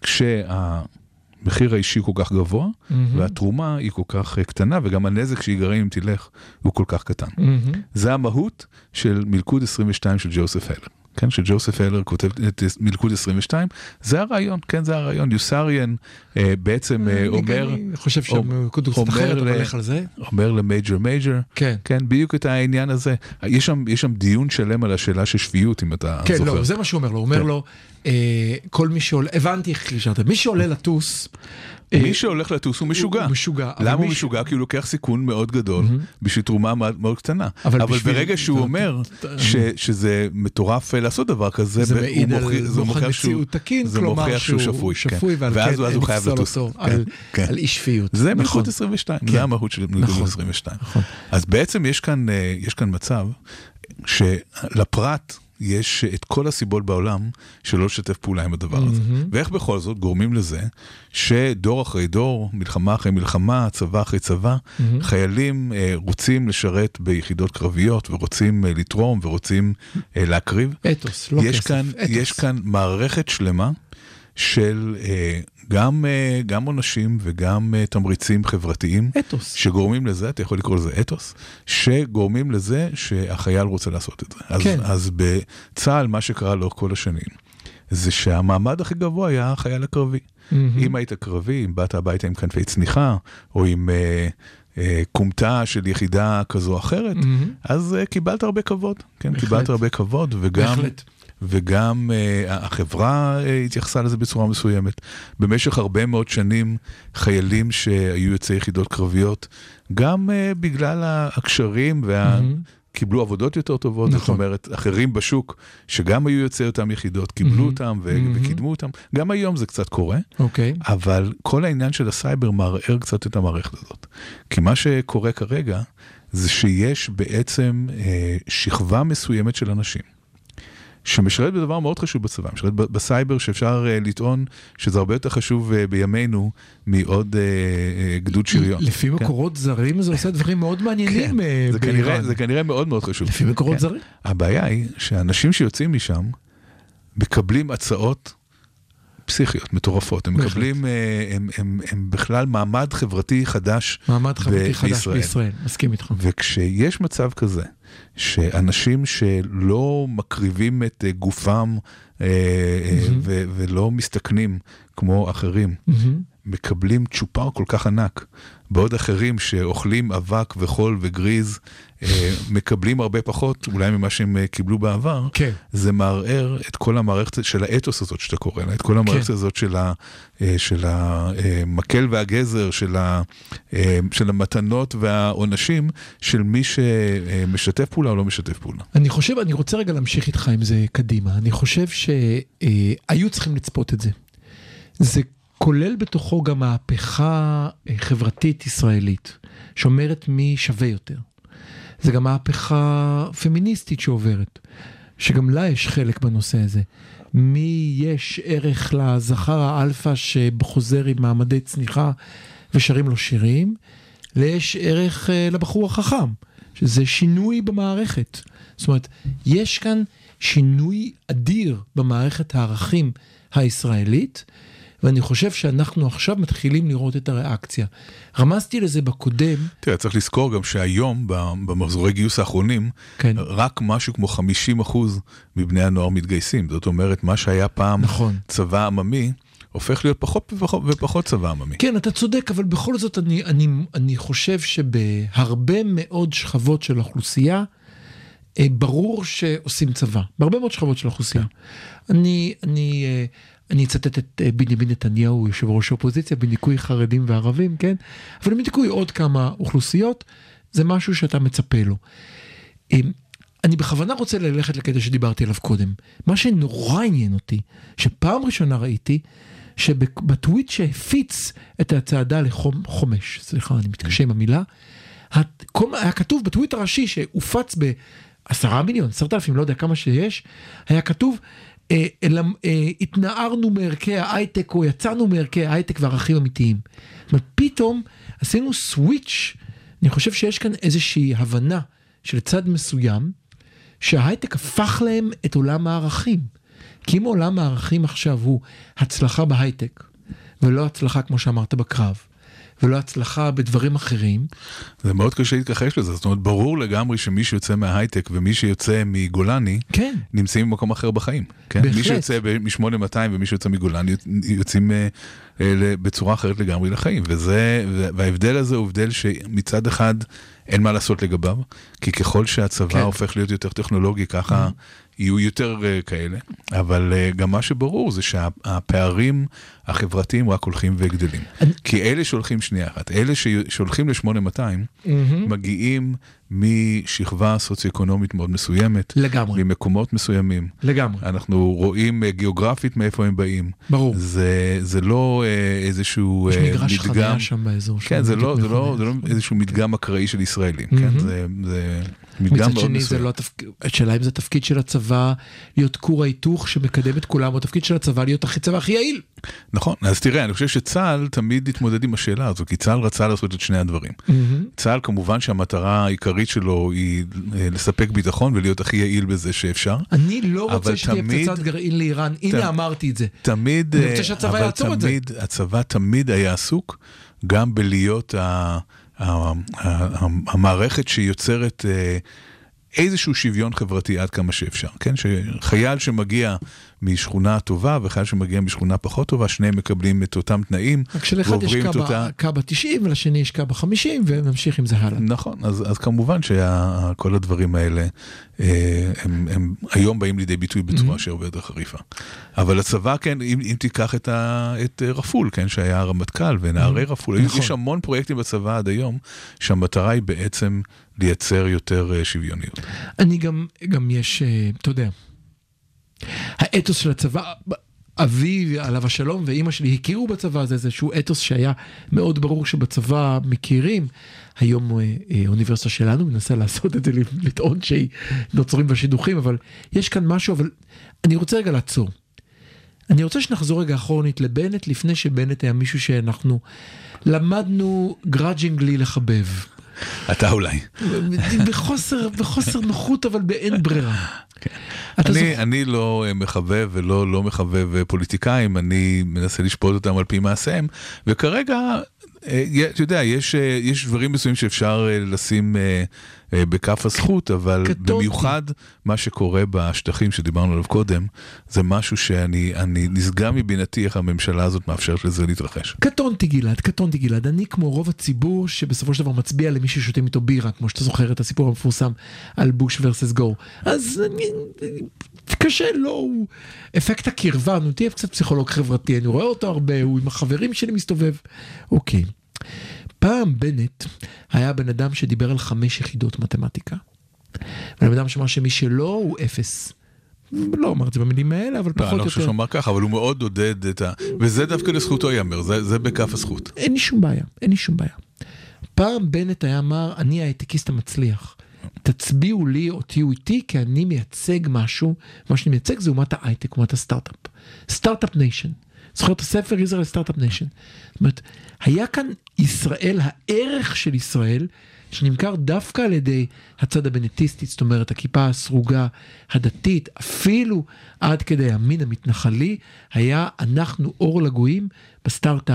כשהמחיר האישי כל כך גבוה, והתרומה היא כל כך קטנה, וגם הנזק שיגרם אם תלך הוא כל כך קטן. זה המהות של מלכוד 22 של ג'וסף הלר. כן, שג'וסף הלר כותב את מלכוד 22, זה הרעיון, כן, זה הרעיון. יוסריאן בעצם אומר, אני חושב שמלכוד הוא קצת אחרת, אבל הולך על זה. אומר למייג'ר, כן, בדיוק את העניין הזה. יש שם דיון שלם על השאלה של שפיות, אם אתה זוכר. כן, לא, זה מה שהוא אומר לו, הוא אומר לו, כל מי שעולה, הבנתי איך חישרת, מי שעולה לטוס, מי שהולך לטוס הוא משוגע. למה הוא משוגע? כי הוא לוקח סיכון מאוד גדול בשביל תרומה מאוד קטנה. אבל ברגע שהוא אומר שזה מטורף לעשות דבר כזה, זה מעיד על מוכן מציאות תקין, כלומר שהוא שפוי, ואז הוא חייב לטוס. על אי שפיות. זה מלכוד 22, זה המהות של מלכוד 22. אז בעצם יש כאן מצב שלפרט יש את כל הסיבות בעולם שלא לשתף פעולה עם הדבר הזה. ואיך בכל זאת גורמים לזה שדור אחרי דור, מלחמה אחרי מלחמה, צבא אחרי צבא, חיילים רוצים לשרת ביחידות קרביות ורוצים לתרום ורוצים להקריב. אתוס, לא כסף. יש כאן מערכת שלמה של גם עונשים וגם תמריצים חברתיים. אתוס. שגורמים לזה, אתה יכול לקרוא לזה אתוס, שגורמים לזה שהחייל רוצה לעשות את זה. כן. אז בצה"ל, מה שקרה לאורך כל השנים, זה שהמעמד הכי גבוה היה החייל הקרבי. אם היית קרבי, אם באת הביתה עם כנפי צניחה, או עם קומתה של יחידה כזו או אחרת, אז קיבלת הרבה כבוד. כן, קיבלת הרבה כבוד, וגם החברה התייחסה לזה בצורה מסוימת. במשך הרבה מאוד שנים, חיילים שהיו יוצאי יחידות קרביות, גם בגלל הקשרים קיבלו עבודות יותר טובות, זאת אומרת, אחרים בשוק, שגם היו יוצאי אותם יחידות, קיבלו אותם וקידמו אותם. גם היום זה קצת קורה, אבל כל העניין של הסייבר מערער קצת את המערכת הזאת. כי מה שקורה כרגע, זה שיש בעצם שכבה מסוימת של אנשים, שמשרת בדבר מאוד חשוב בצבא, משרת בסייבר שאפשר לטעון שזה הרבה יותר חשוב בימינו מעוד גדוד שריון. לפי מקורות זרים זה עושה דברים מאוד מעניינים באיראן. זה כנראה מאוד מאוד חשוב. לפי מקורות זרים. הבעיה היא שאנשים שיוצאים משם מקבלים הצעות פסיכיות, מטורפות. הם מקבלים, הם בכלל מעמד חברתי חדש בישראל. מסכים איתך. וכשיש מצב כזה, שאנשים שלא מקריבים את גופם ולא מסתכנים כמו אחרים, מקבלים צ'ופר כל כך ענק, בעוד אחרים שאוכלים אבק וחול וגריז, מקבלים הרבה פחות, אולי ממה שהם קיבלו בעבר, זה מערער את כל המערכת של האתוס הזאת שאתה קורא לה, את כל המערכת הזאת של המקל והגזר, של המתנות והעונשים, של מי שמשתף פעולה או לא משתף פעולה. אני רוצה רגע להמשיך איתך עם זה קדימה. אני חושב שהיו צריכים לצפות את זה. זה כולל בתוכו גם מהפכה חברתית ישראלית, שאומרת מי שווה יותר. זה גם מהפכה פמיניסטית שעוברת, שגם לה יש חלק בנושא הזה. מי יש ערך לזכר האלפא שחוזר עם מעמדי צניחה ושרים לו שירים, ויש ערך לבחור החכם, שזה שינוי במערכת. זאת אומרת, יש כאן שינוי אדיר במערכת הערכים הישראלית, ואני חושב שאנחנו עכשיו מתחילים לראות את הריאקציה. רמזתי לזה בקודם. תראה, צריך לזכור גם שהיום, במחזורי גיוס האחרונים, כן. רק משהו כמו 50% מבני הנוער מתגייסים. זאת אומרת, מה שהיה פעם צבא עממי, הופך להיות פחות ופחות צבא עממי. כן, אתה צודק, אבל בכל זאת אני חושב שבהרבה מאוד שכבות של האוכלוסייה, ברור שעושים צבא. בהרבה מאוד שכבות של האוכלוסייה. אני אצטט את בנימין נתניהו, יושב ראש האופוזיציה, בניקוי חרדים וערבים, כן? אבל בניקוי עוד כמה אוכלוסיות, זה משהו שאתה מצפה לו. אני בכוונה רוצה ללכת לקטע שדיברתי עליו קודם. מה שנורא עניין אותי, שפעם ראשונה ראיתי, שבטוויט שהפיץ את הצעדה לחומש, סליחה, אני מתקשה עם המילה, היה כתוב בטוויט הראשי שהופץ ב10 מיליון, 10,000, לא יודע כמה שיש, היה כתוב, התנערנו מערכי ההייטק, או יצאנו מערכי ההייטק וערכים אמיתיים. פתאום עשינו סוויץ', אני חושב שיש כאן איזושהי הבנה של צד מסוים, שההייטק הפך להם את עולם הערכים. כי אם עולם הערכים עכשיו הוא הצלחה בהייטק, ולא הצלחה כמו שאמרת בקרב, ולא הצלחה בדברים אחרים. זה מאוד קשה להתכחש לזה, זאת אומרת, ברור לגמרי שמי שיוצא מההייטק ומי שיוצא מגולני, כן. נמצאים במקום אחר בחיים. כן? מי שיוצא מ-8200 ומי שיוצא מגולני יוצאים בצורה אחרת לגמרי לחיים, וההבדל הזה הוא הבדל שמצד אחד אין מה לעשות לגביו, כי ככל שהצבא הופך להיות יותר טכנולוגי, ככה יהיו יותר כאלה, אבל גם מה שברור זה שהפערים החברתיים רק הולכים וגדלים. כי אלה שהולכים שנייה אחת, אלה שהולכים ל-8200, מגיעים משכבה סוציו-אקונומית מאוד מסוימת, לגמרי. ממקומות מסוימים. לגמרי. אנחנו רואים גיאוגרפית מאיפה הם באים. ברור. זה לא איזשהו מדגם. יש מגרש חוויה שם באזור. כן, זה לא איזשהו מדגם אקראי של ישראלים. כן, זה מדגם מאוד מסוים. השאלה אם זה תפקיד של הצבא להיות כור ההיתוך שמקדם את כולם, או תפקיד של הצבא להיות הצבא הכי יעיל. נכון, אז תראה, אני חושב שצה"ל תמיד התמודד עם השאלה הזו, כי צה"ל רצה לעשות את שני הדברים. צה"ל כמובן שהמטרה העיקרית שלו היא לספק ביטחון ולהיות הכי יעיל בזה שאפשר. אני לא רוצה שתהיה פצצת גרעין לאיראן, הנה אמרתי את זה. תמיד, אני רוצה שהצבא יעצור את זה. הצבא תמיד היה עסוק גם בלהיות המערכת שיוצרת איזשהו שוויון חברתי עד כמה שאפשר, כן? שחייל שמגיע משכונה טובה וחייל שמגיע משכונה פחות טובה, שניהם מקבלים את אותם תנאים. רק שלאחד יש קב"א 90 ולשני יש קב"א 50 ונמשיך עם זה הלאה. נכון, אז כמובן שכל הדברים האלה הם היום באים לידי ביטוי בצורה שהרבה יותר חריפה. אבל הצבא, כן, אם תיקח את רפול, כן, שהיה הרמטכ"ל ונערי רפול, יש המון פרויקטים בצבא עד היום שהמטרה היא בעצם לייצר יותר שוויוניות. אני גם יש, אתה יודע, האתוס של הצבא, אבי עליו השלום ואמא שלי הכירו בצבא, זה איזשהו אתוס שהיה מאוד ברור שבצבא מכירים. היום האוניברסיטה שלנו מנסה לעשות את זה, לטעון שהיא נוצרים בשידוכים, אבל יש כאן משהו, אבל אני רוצה רגע לעצור. אני רוצה שנחזור רגע אחורנית לבנט, לפני שבנט היה מישהו שאנחנו למדנו גראג'ינגלי לחבב. אתה אולי. בחוסר נוחות, אבל באין ברירה. אני לא מחבב ולא לא מחבב פוליטיקאים, אני מנסה לשפוט אותם על פי מעשיהם, וכרגע, אתה יודע, יש דברים מסוימים שאפשר לשים בכף הזכות, אבל במיוחד מה שקורה בשטחים שדיברנו עליו קודם, זה משהו שאני נסגע מבינתי איך הממשלה הזאת מאפשרת לזה להתרחש. קטונתי גלעד, אני כמו רוב הציבור שבסופו של דבר מצביע למי ששותים איתו בירה, כמו שאתה זוכר את הסיפור המפורסם על בוש ורסס גו, אז קשה לו, אפקט הקרבה, אני תהיה קצת פסיכולוג חברתי, אני רואה אותו הרבה, הוא עם החברים שלי מסתובב, אוקיי. פעם בנט היה בן אדם שדיבר על 5 יחידות מתמטיקה. בן אדם שאמר שמי שלא הוא 0. לא אמר את זה במילים האלה, אבל פחות יותר. אני לא חושב שאומר ככה, אבל הוא מאוד עודד את וזה דווקא לזכותו יאמר, זה בכף הזכות. אין לי שום בעיה. פעם בנט היה אמר, אני ההייטקיסט המצליח. תצביעו לי או תהיו איתי, כי אני מייצג משהו, מה שאני מייצג זה אומת ההייטק, אומת הסטארט-אפ. סטארט-אפ ניישן. זוכר את הספר ישראל סטארט-אפ ניישן. זאת אומרת, היה כאן ישראל, הערך של ישראל, שנמכר דווקא על ידי הצד הבנטיסטי, זאת אומרת, הכיפה הסרוגה הדתית, אפילו עד כדי המין המתנחלי, היה אנחנו אור לגויים בסטארט-אפ,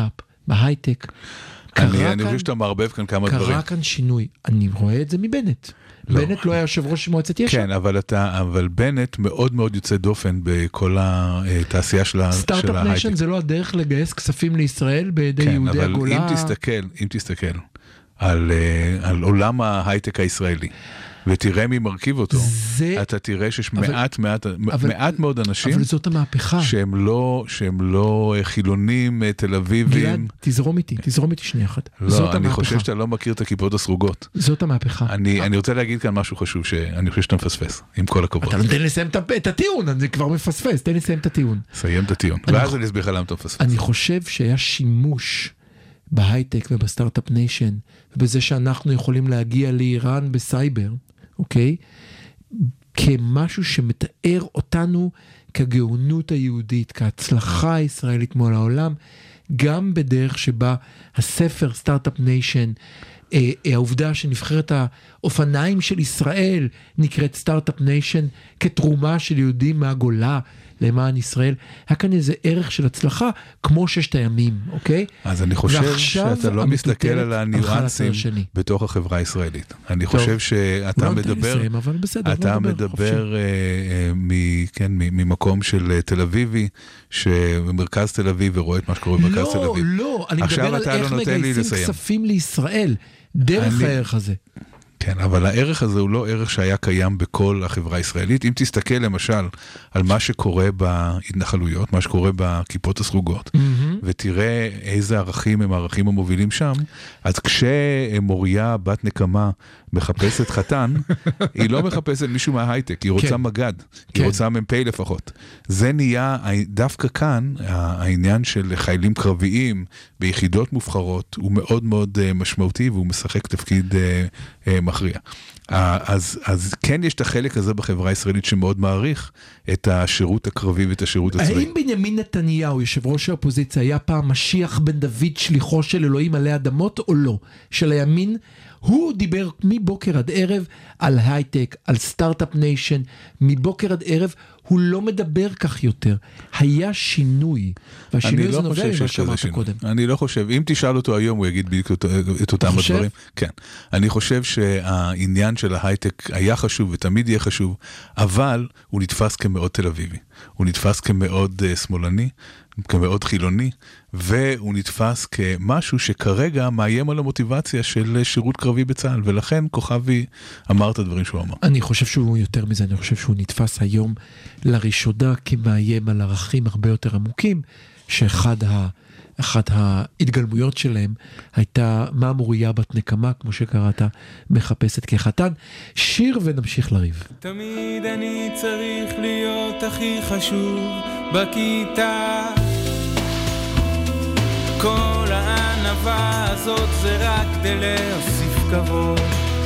בהייטק. אני חושב שאתה מערבב כאן כמה דברים. קרה כאן שינוי. אני רואה את זה מבנט. בנט לא היה יושב ראש מועצת יש"ע. כן, אבל בנט מאוד מאוד יוצא דופן בכל התעשייה של ההייטק. סטארט-אפ ניישן זה לא הדרך לגייס כספים לישראל בידי יהודי הגולה. כן, אבל אם תסתכל על עולם ההייטק הישראלי, ותראה מי מרכיב אותו, אתה תראה שיש מעט מאוד אנשים, אבל זאת המהפכה. שהם לא חילונים תל אביבים. גלעד, תזרום איתי שנייה אחת. לא, אני חושב שאתה לא מכיר את הכיפות הסרוגות. זאת המהפכה. אני רוצה להגיד כאן משהו חשוב, שאני חושב שאתה מפספס, עם כל הכבוד. אתה תן לסיים את הטיעון, אני כבר מפספס, תן לסיים את הטיעון. סיים את הטיעון, ואז אני אסביר לך למה אתה מפספס. אני חושב שהיה שימוש בהייטק ובסטארט-אפ ניישן, ובזה שאנחנו יכולים להגיע לאיראן בסייבר, אוקיי? כמשהו שמתאר אותנו כגאונות היהודית, כהצלחה הישראלית מול העולם, גם בדרך שבה הספר סטארט-אפ ניישן, העובדה שנבחרת האופניים של ישראל נקראת סטארט-אפ ניישן כתרומה של יהודים מהגולה למען ישראל, היה כאן איזה ערך של הצלחה כמו ששת הימים, אוקיי? אז אני חושב שאתה לא מסתכל על הניואנסים בתוך החברה הישראלית. אני חושב שאתה מדבר ממקום של תל אביבי, שמרכז תל אביב ורואה את מה שקורה במרכז תל אביב. לא, אני מדבר על איך מגייסים כספים לישראל, דרך הערך הזה. כן, אבל הערך הזה הוא לא ערך שהיה קיים בכל החברה הישראלית. אם תסתכל למשל על מה שקורה בהתנחלויות, מה שקורה בכיפות הסרוגות, ותראה איזה ערכים הם הערכים המובילים שם, אז כשמוריה בת נקמה מחפשת חתן, היא לא מחפשת מישהו מההייטק, היא רוצה מגד, היא רוצה מ"פ לפחות. זה נהיה, דווקא כאן, העניין של חיילים קרביים ביחידות מובחרות, הוא מאוד מאוד משמעותי, והוא משחק תפקיד מכריע. אז כן יש את החלק הזה בחברה הישראלית שמאוד מעריך את השירות הקרבי ואת השירות הצבאי. האם בנימין נתניהו, יושב ראש האופוזיציה, היה פעם משיח בן דוד שליחו של אלוהים עלי אדמות או לא? של הימין? הוא דיבר מבוקר עד ערב על הייטק, על סטארט-אפ ניישן, מבוקר עד ערב, הוא לא מדבר כך יותר. היה שינוי, והשינוי הזה נובע ממה שאמרת קודם. אני לא חושב, אם תשאל אותו היום, הוא יגיד בדיוק את אותם הדברים. כן. אני חושב שהעניין של ההייטק היה חשוב ותמיד יהיה חשוב, אבל הוא נתפס כמאוד תל אביבי. הוא נתפס כמאוד שמאלני, כמאוד חילוני, והוא נתפס כמשהו שכרגע מאיים על המוטיבציה של שירות קרבי בצה"ל, ולכן כוכבי אמר את הדברים שהוא אמר. אני חושב שהוא יותר מזה, אני חושב שהוא נתפס היום לראשונה כמאיים על ערכים הרבה יותר עמוקים, אחת ההתגלמויות שלהם הייתה מה מוריה בת נקמה, כמו שקראת, מחפשת כחתן. שיר ונמשיך לריב. תמיד אני צריך להיות הכי חשוב בכיתה, כל הענבה הזאת זה רק כדי להוסיף כבוד,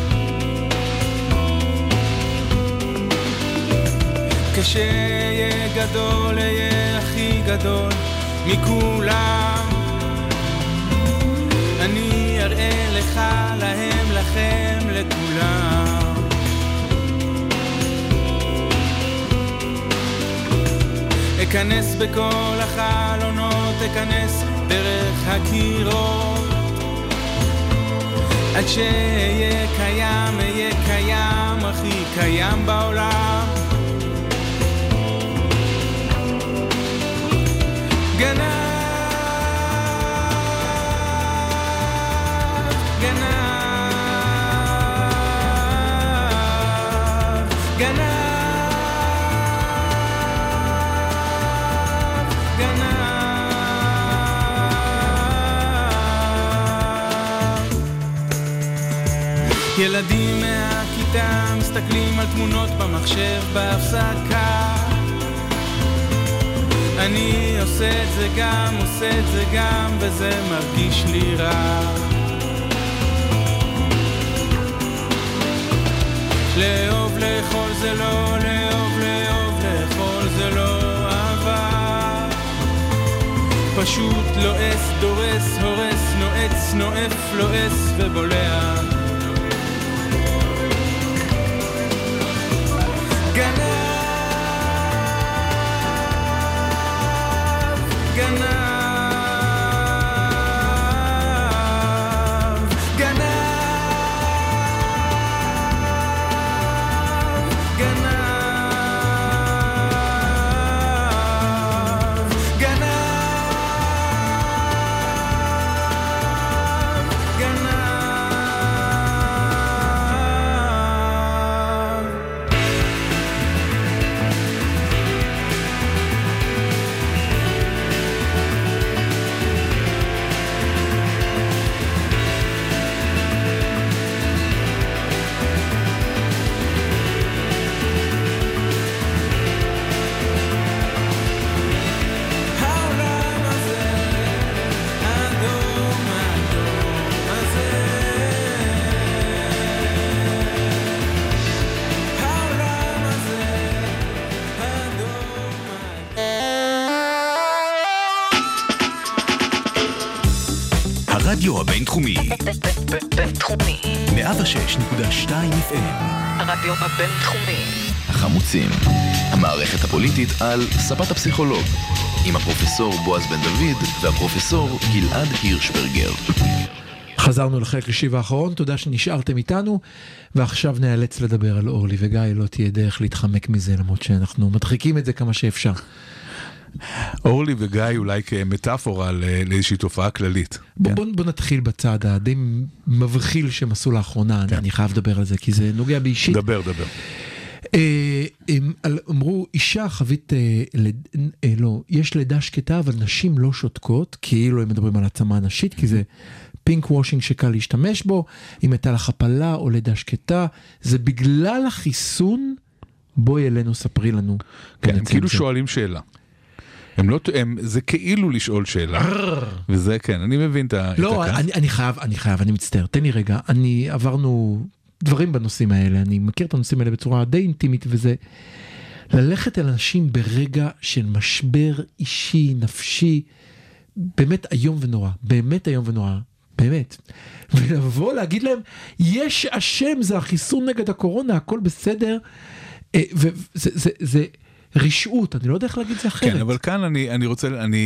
כשיהיה גדול יהיה הכי גדול מכולם, אני אראה לך, להם, לכם, לכולם. אכנס בכל החלונות, אכנס דרך הקירות, עד שיהיה קיים, יהיה קיים, הכי קיים בעולם. גנב, גנב, גנב, ילדים מהכיתה מסתכלים על תמונות במחשב בהפסקה, אני עושה את זה גם, עושה את זה גם, וזה מרגיש לי רע. לאהוב לאכול זה לא, לאהוב לאכול זה לא אהבה, פשוט לועס, דורס, הורס, נועץ, נועף, לועס ובולע. גנב, הרדיו הבינתחומי. בינתחומי. 106.2 FM. הרדיו הבינתחומי. החמוצים, המערכת הפוליטית על ספת הפסיכולוג, עם הפרופסור בועז בן דוד והפרופסור גלעד הירשברגר. חזרנו לחלק לשיב האחרון, תודה שנשארתם איתנו, ועכשיו נאלץ לדבר על אורלי וגיא, לא תהיה דרך להתחמק מזה, למרות שאנחנו מדחיקים את זה כמה שאפשר. אורלי וגיא אולי כמטאפורה לאיזושהי תופעה כללית. בוא נתחיל בצד הדי מבחיל שהם עשו לאחרונה, אני חייב לדבר על זה, כי זה נוגע באישית. דבר. אמרו, אישה חווית, לא, יש לידה שקטה, אבל נשים לא שותקות, כאילו הם מדברים על עצמה נשית, כי זה פינק וושינג שקל להשתמש בו, אם הייתה לך הפלה או לידה שקטה, זה בגלל החיסון, בואי אלינו, ספרי לנו. כן, הם כאילו שואלים שאלה. זה כאילו לשאול שאלה. וזה כן, אני מבין את הכף. לא, אני חייב, אני מצטער. תן לי רגע, עברנו דברים בנושאים האלה, אני מכיר את הנושאים האלה בצורה די אינטימית, וזה ללכת אל אנשים ברגע של משבר אישי, נפשי, באמת היום ונורא, באמת. ולבוא להגיד להם, יש השם, זה החיסון נגד הקורונה, הכל בסדר, וזה רשעות, אני לא יודע איך להגיד זה אחרת. כן, אבל כאן אני רוצה,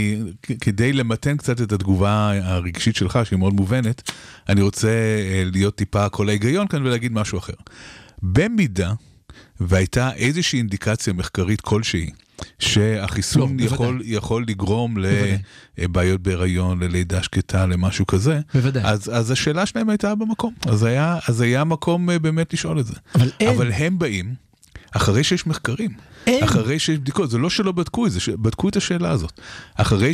כדי למתן קצת את התגובה הרגשית שלך, שהיא מאוד מובנת, אני רוצה להיות טיפה כל ההיגיון כאן ולהגיד משהו אחר. במידה, והייתה איזושהי אינדיקציה מחקרית כלשהי, שהחיסון יכול לגרום לבעיות בהיריון, ללידה שקטה, למשהו כזה, אז השאלה שלהם הייתה במקום. אז היה מקום באמת לשאול את זה. אבל הם באים, אחרי שיש מחקרים, אחרי שיש בדיקות, זה לא שלא בדקו את זה, בדקו את השאלה הזאת. אחרי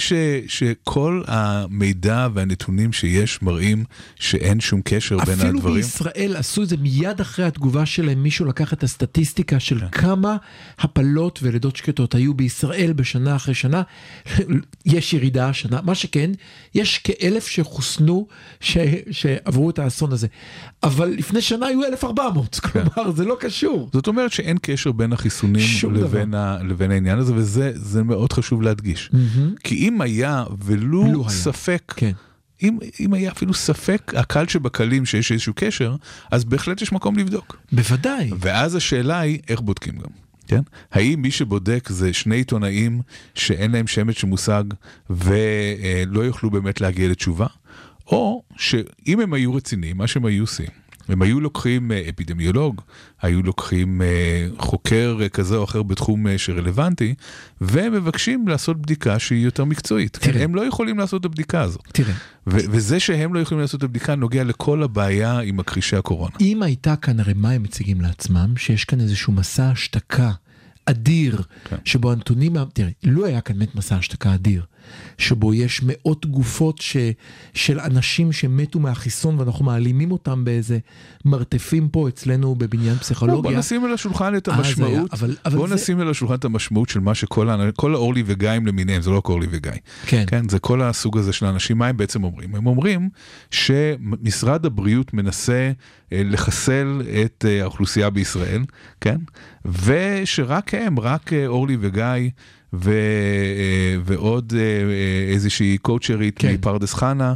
שכל המידע והנתונים שיש מראים שאין שום קשר בין הדברים. אפילו בישראל עשו את זה מיד אחרי התגובה שלהם, מישהו לקח את הסטטיסטיקה של כמה הפלות ולידות שקטות היו בישראל בשנה אחרי שנה, יש ירידה השנה, מה שכן, יש כ1,000 שחוסנו שעברו את האסון הזה. אבל לפני שנה היו 1,400, כלומר זה לא קשור. זאת אומרת שאין קשר בין החיסונים לבין העניין הזה, וזה מאוד חשוב להדגיש. כי אם היה ולו ספק, אם היה אפילו ספק, הקל שבקלים שיש איזשהו קשר, אז בהחלט יש מקום לבדוק. בוודאי. ואז השאלה היא, איך בודקים גם? כן? האם מי שבודק זה שני עיתונאים שאין להם שמץ של מושג, ולא יוכלו באמת להגיע לתשובה? או שאם הם היו רציניים, מה שהם היו עושים, הם היו לוקחים אפידמיולוג, היו לוקחים חוקר כזה או אחר בתחום שרלוונטי, והם מבקשים לעשות בדיקה שהיא יותר מקצועית. הם לא יכולים לעשות את הבדיקה הזאת. תראה. וזה שהם לא יכולים לעשות את הבדיקה נוגע לכל הבעיה עם הקרישי הקורונה. אם הייתה כאן, הרי מה הם מציגים לעצמם? שיש כאן איזשהו מסע השתקה אדיר, שבו הנתונים, תראה, לא היה כאן מסע השתקה אדיר, שבו יש מאות גופות של אנשים שמתו מהחיסון, ואנחנו מעלימים אותם באיזה מרתפים פה אצלנו בבניין פסיכולוגיה. בוא נשים על השולחן את המשמעות, נשים על השולחן את המשמעות של מה שכל האורלי וגיים למיניהם, זה לא כל אורלי וגיא. כן, זה כל הסוג הזה של האנשים, מה הם בעצם אומרים? הם אומרים שמשרד הבריאות מנסה לחסל את האוכלוסייה בישראל, כן? ושרק הם, רק אורלי וגיא, ועוד איזושהי קואוצ'רית מפרדס חנה,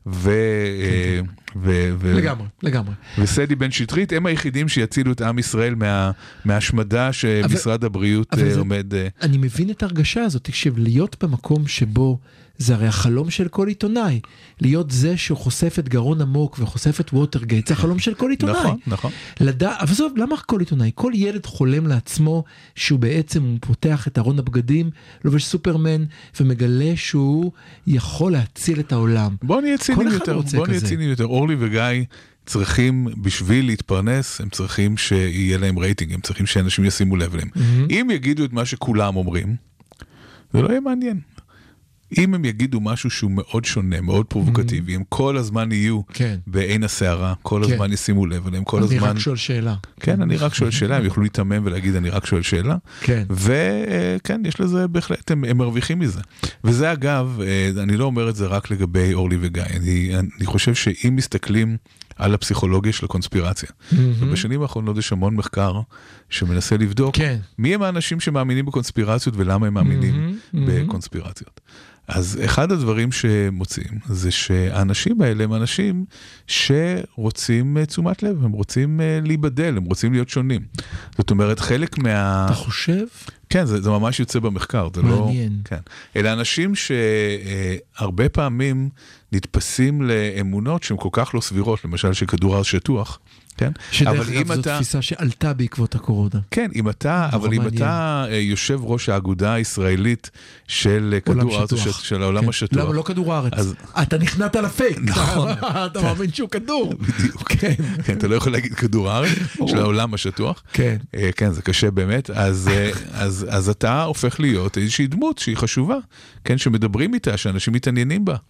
לגמרי. וסדי בן שטרית, הם היחידים שיצילו את עם ישראל מהשמדה שמשרד הבריאות עומד. אני מבין את הרגשה הזאת, תקשיב, להיות במקום שבו זה הרי החלום של כל עיתונאי, להיות זה שחושף את גרון עמוק וחושף את ווטרגייט, זה החלום של כל עיתונאי. נכון. אבל זאת, למה כל עיתונאי? כל ילד חולם לעצמו שהוא בעצם פותח את ארון הבגדים, לובש סופרמן, ומגלה שהוא יכול להציל את העולם. בוא נהיה ציניים יותר. אורלי וגיא צריכים בשביל להתפרנס, הם צריכים שיהיה להם רייטינג, הם צריכים שאנשים ישימו לב להם. אם יגידו את מה שכולם אומרים, זה לא יהיה מעניין. אם הם יגידו משהו שהוא מאוד שונה, מאוד פרובוקטיבי, הם כל הזמן יהיו בעין הסערה, כל הזמן ישימו לב עליהם, כל הזמן... אני רק שואל שאלה. כן, אני רק שואל שאלה, הם יוכלו להתאמם ולהגיד, אני רק שואל שאלה. וכן, יש לזה בהחלט, הם מרוויחים מזה. וזה אגב, אני לא אומר את זה רק לגבי אורלי וגיא, אני חושב שאם מסתכלים על הפסיכולוגיה של הקונספירציה, ובשנים האחרונות יש המון מחקר שמנסה לבדוק מי הם האנשים שמאמינים בקונספירציות ולמה הם מאמינים בקונספירציות. אז אחד הדברים שמוצאים זה שהאנשים האלה הם אנשים שרוצים תשומת לב, הם רוצים להיבדל, הם רוצים להיות שונים. זאת אומרת, חלק אתה חושב? כן, זה ממש יוצא במחקר, זה מעניין. לא... כן. אלה אנשים שהרבה פעמים נתפסים לאמונות שהן כל כך לא סבירות, למשל שכדור הארץ שטוח, כן? שדרך אגב זו תפיסה שעלתה בעקבות הקורונה. כן, אבל אם אתה יושב ראש האגודה הישראלית של כדור הארץ, של העולם השטוח. למה לא כדור הארץ? אתה נכנעת לפייק. נכון. אתה מאמין שהוא כדור. בדיוק. כן, אתה לא יכול להגיד כדור הארץ, של העולם השטוח. כן. כן, זה קשה באמת. אז אתה הופך להיות איזושהי דמות שהיא חשובה, כן, שמדברים איתה, שאנשים מתעניינים בה.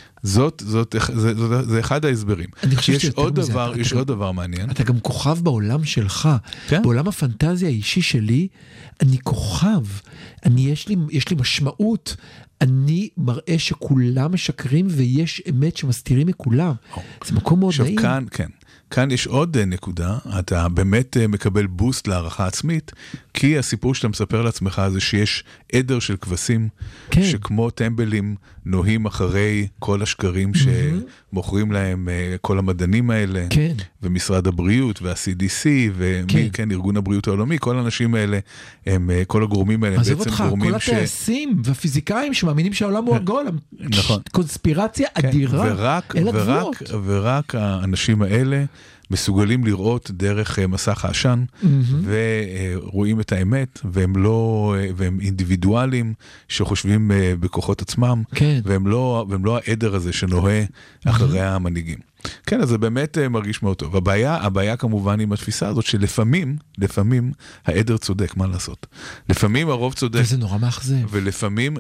זה אחד ההסברים. יש עוד דבר מעניין. אתה גם כוכב בעולם שלך. בעולם הפנטזיה האישי שלי, אני כוכב. יש לי משמעות. אני מראה שכולם משקרים ויש אמת שמסתירים מכולם. זה מקום מאוד נעים. כאן יש עוד נקודה, אתה באמת מקבל בוסט להערכה עצמית, כי הסיפור שאתה מספר לעצמך זה שיש עדר של כבשים, שכמו טמבלים נוהים אחרי כל השקרים שמוכרים להם כל המדענים האלה, ומשרד הבריאות וה-CDC, וארגון הבריאות העולמי, כל האנשים האלה, כל הגורמים האלה בעצם גורמים כל הטייסים והפיזיקאים שמאמינים שהעולם הוא עגול, קונספירציה אדירה, ורק האנשים האלה מסוגלים לראות דרך מסך העשן, ורואים את האמת, והם אינדיבידואלים שחושבים בכוחות עצמם, והם לא העדר הזה שנוהה אחרי המנהיגים. כן, אז זה באמת מרגיש מאוד טוב. הבעיה כמובן עם התפיסה הזאת, שלפעמים העדר צודק, מה לעשות? לפעמים הרוב צודק. וזה נורא מאכזב. ולפעמים,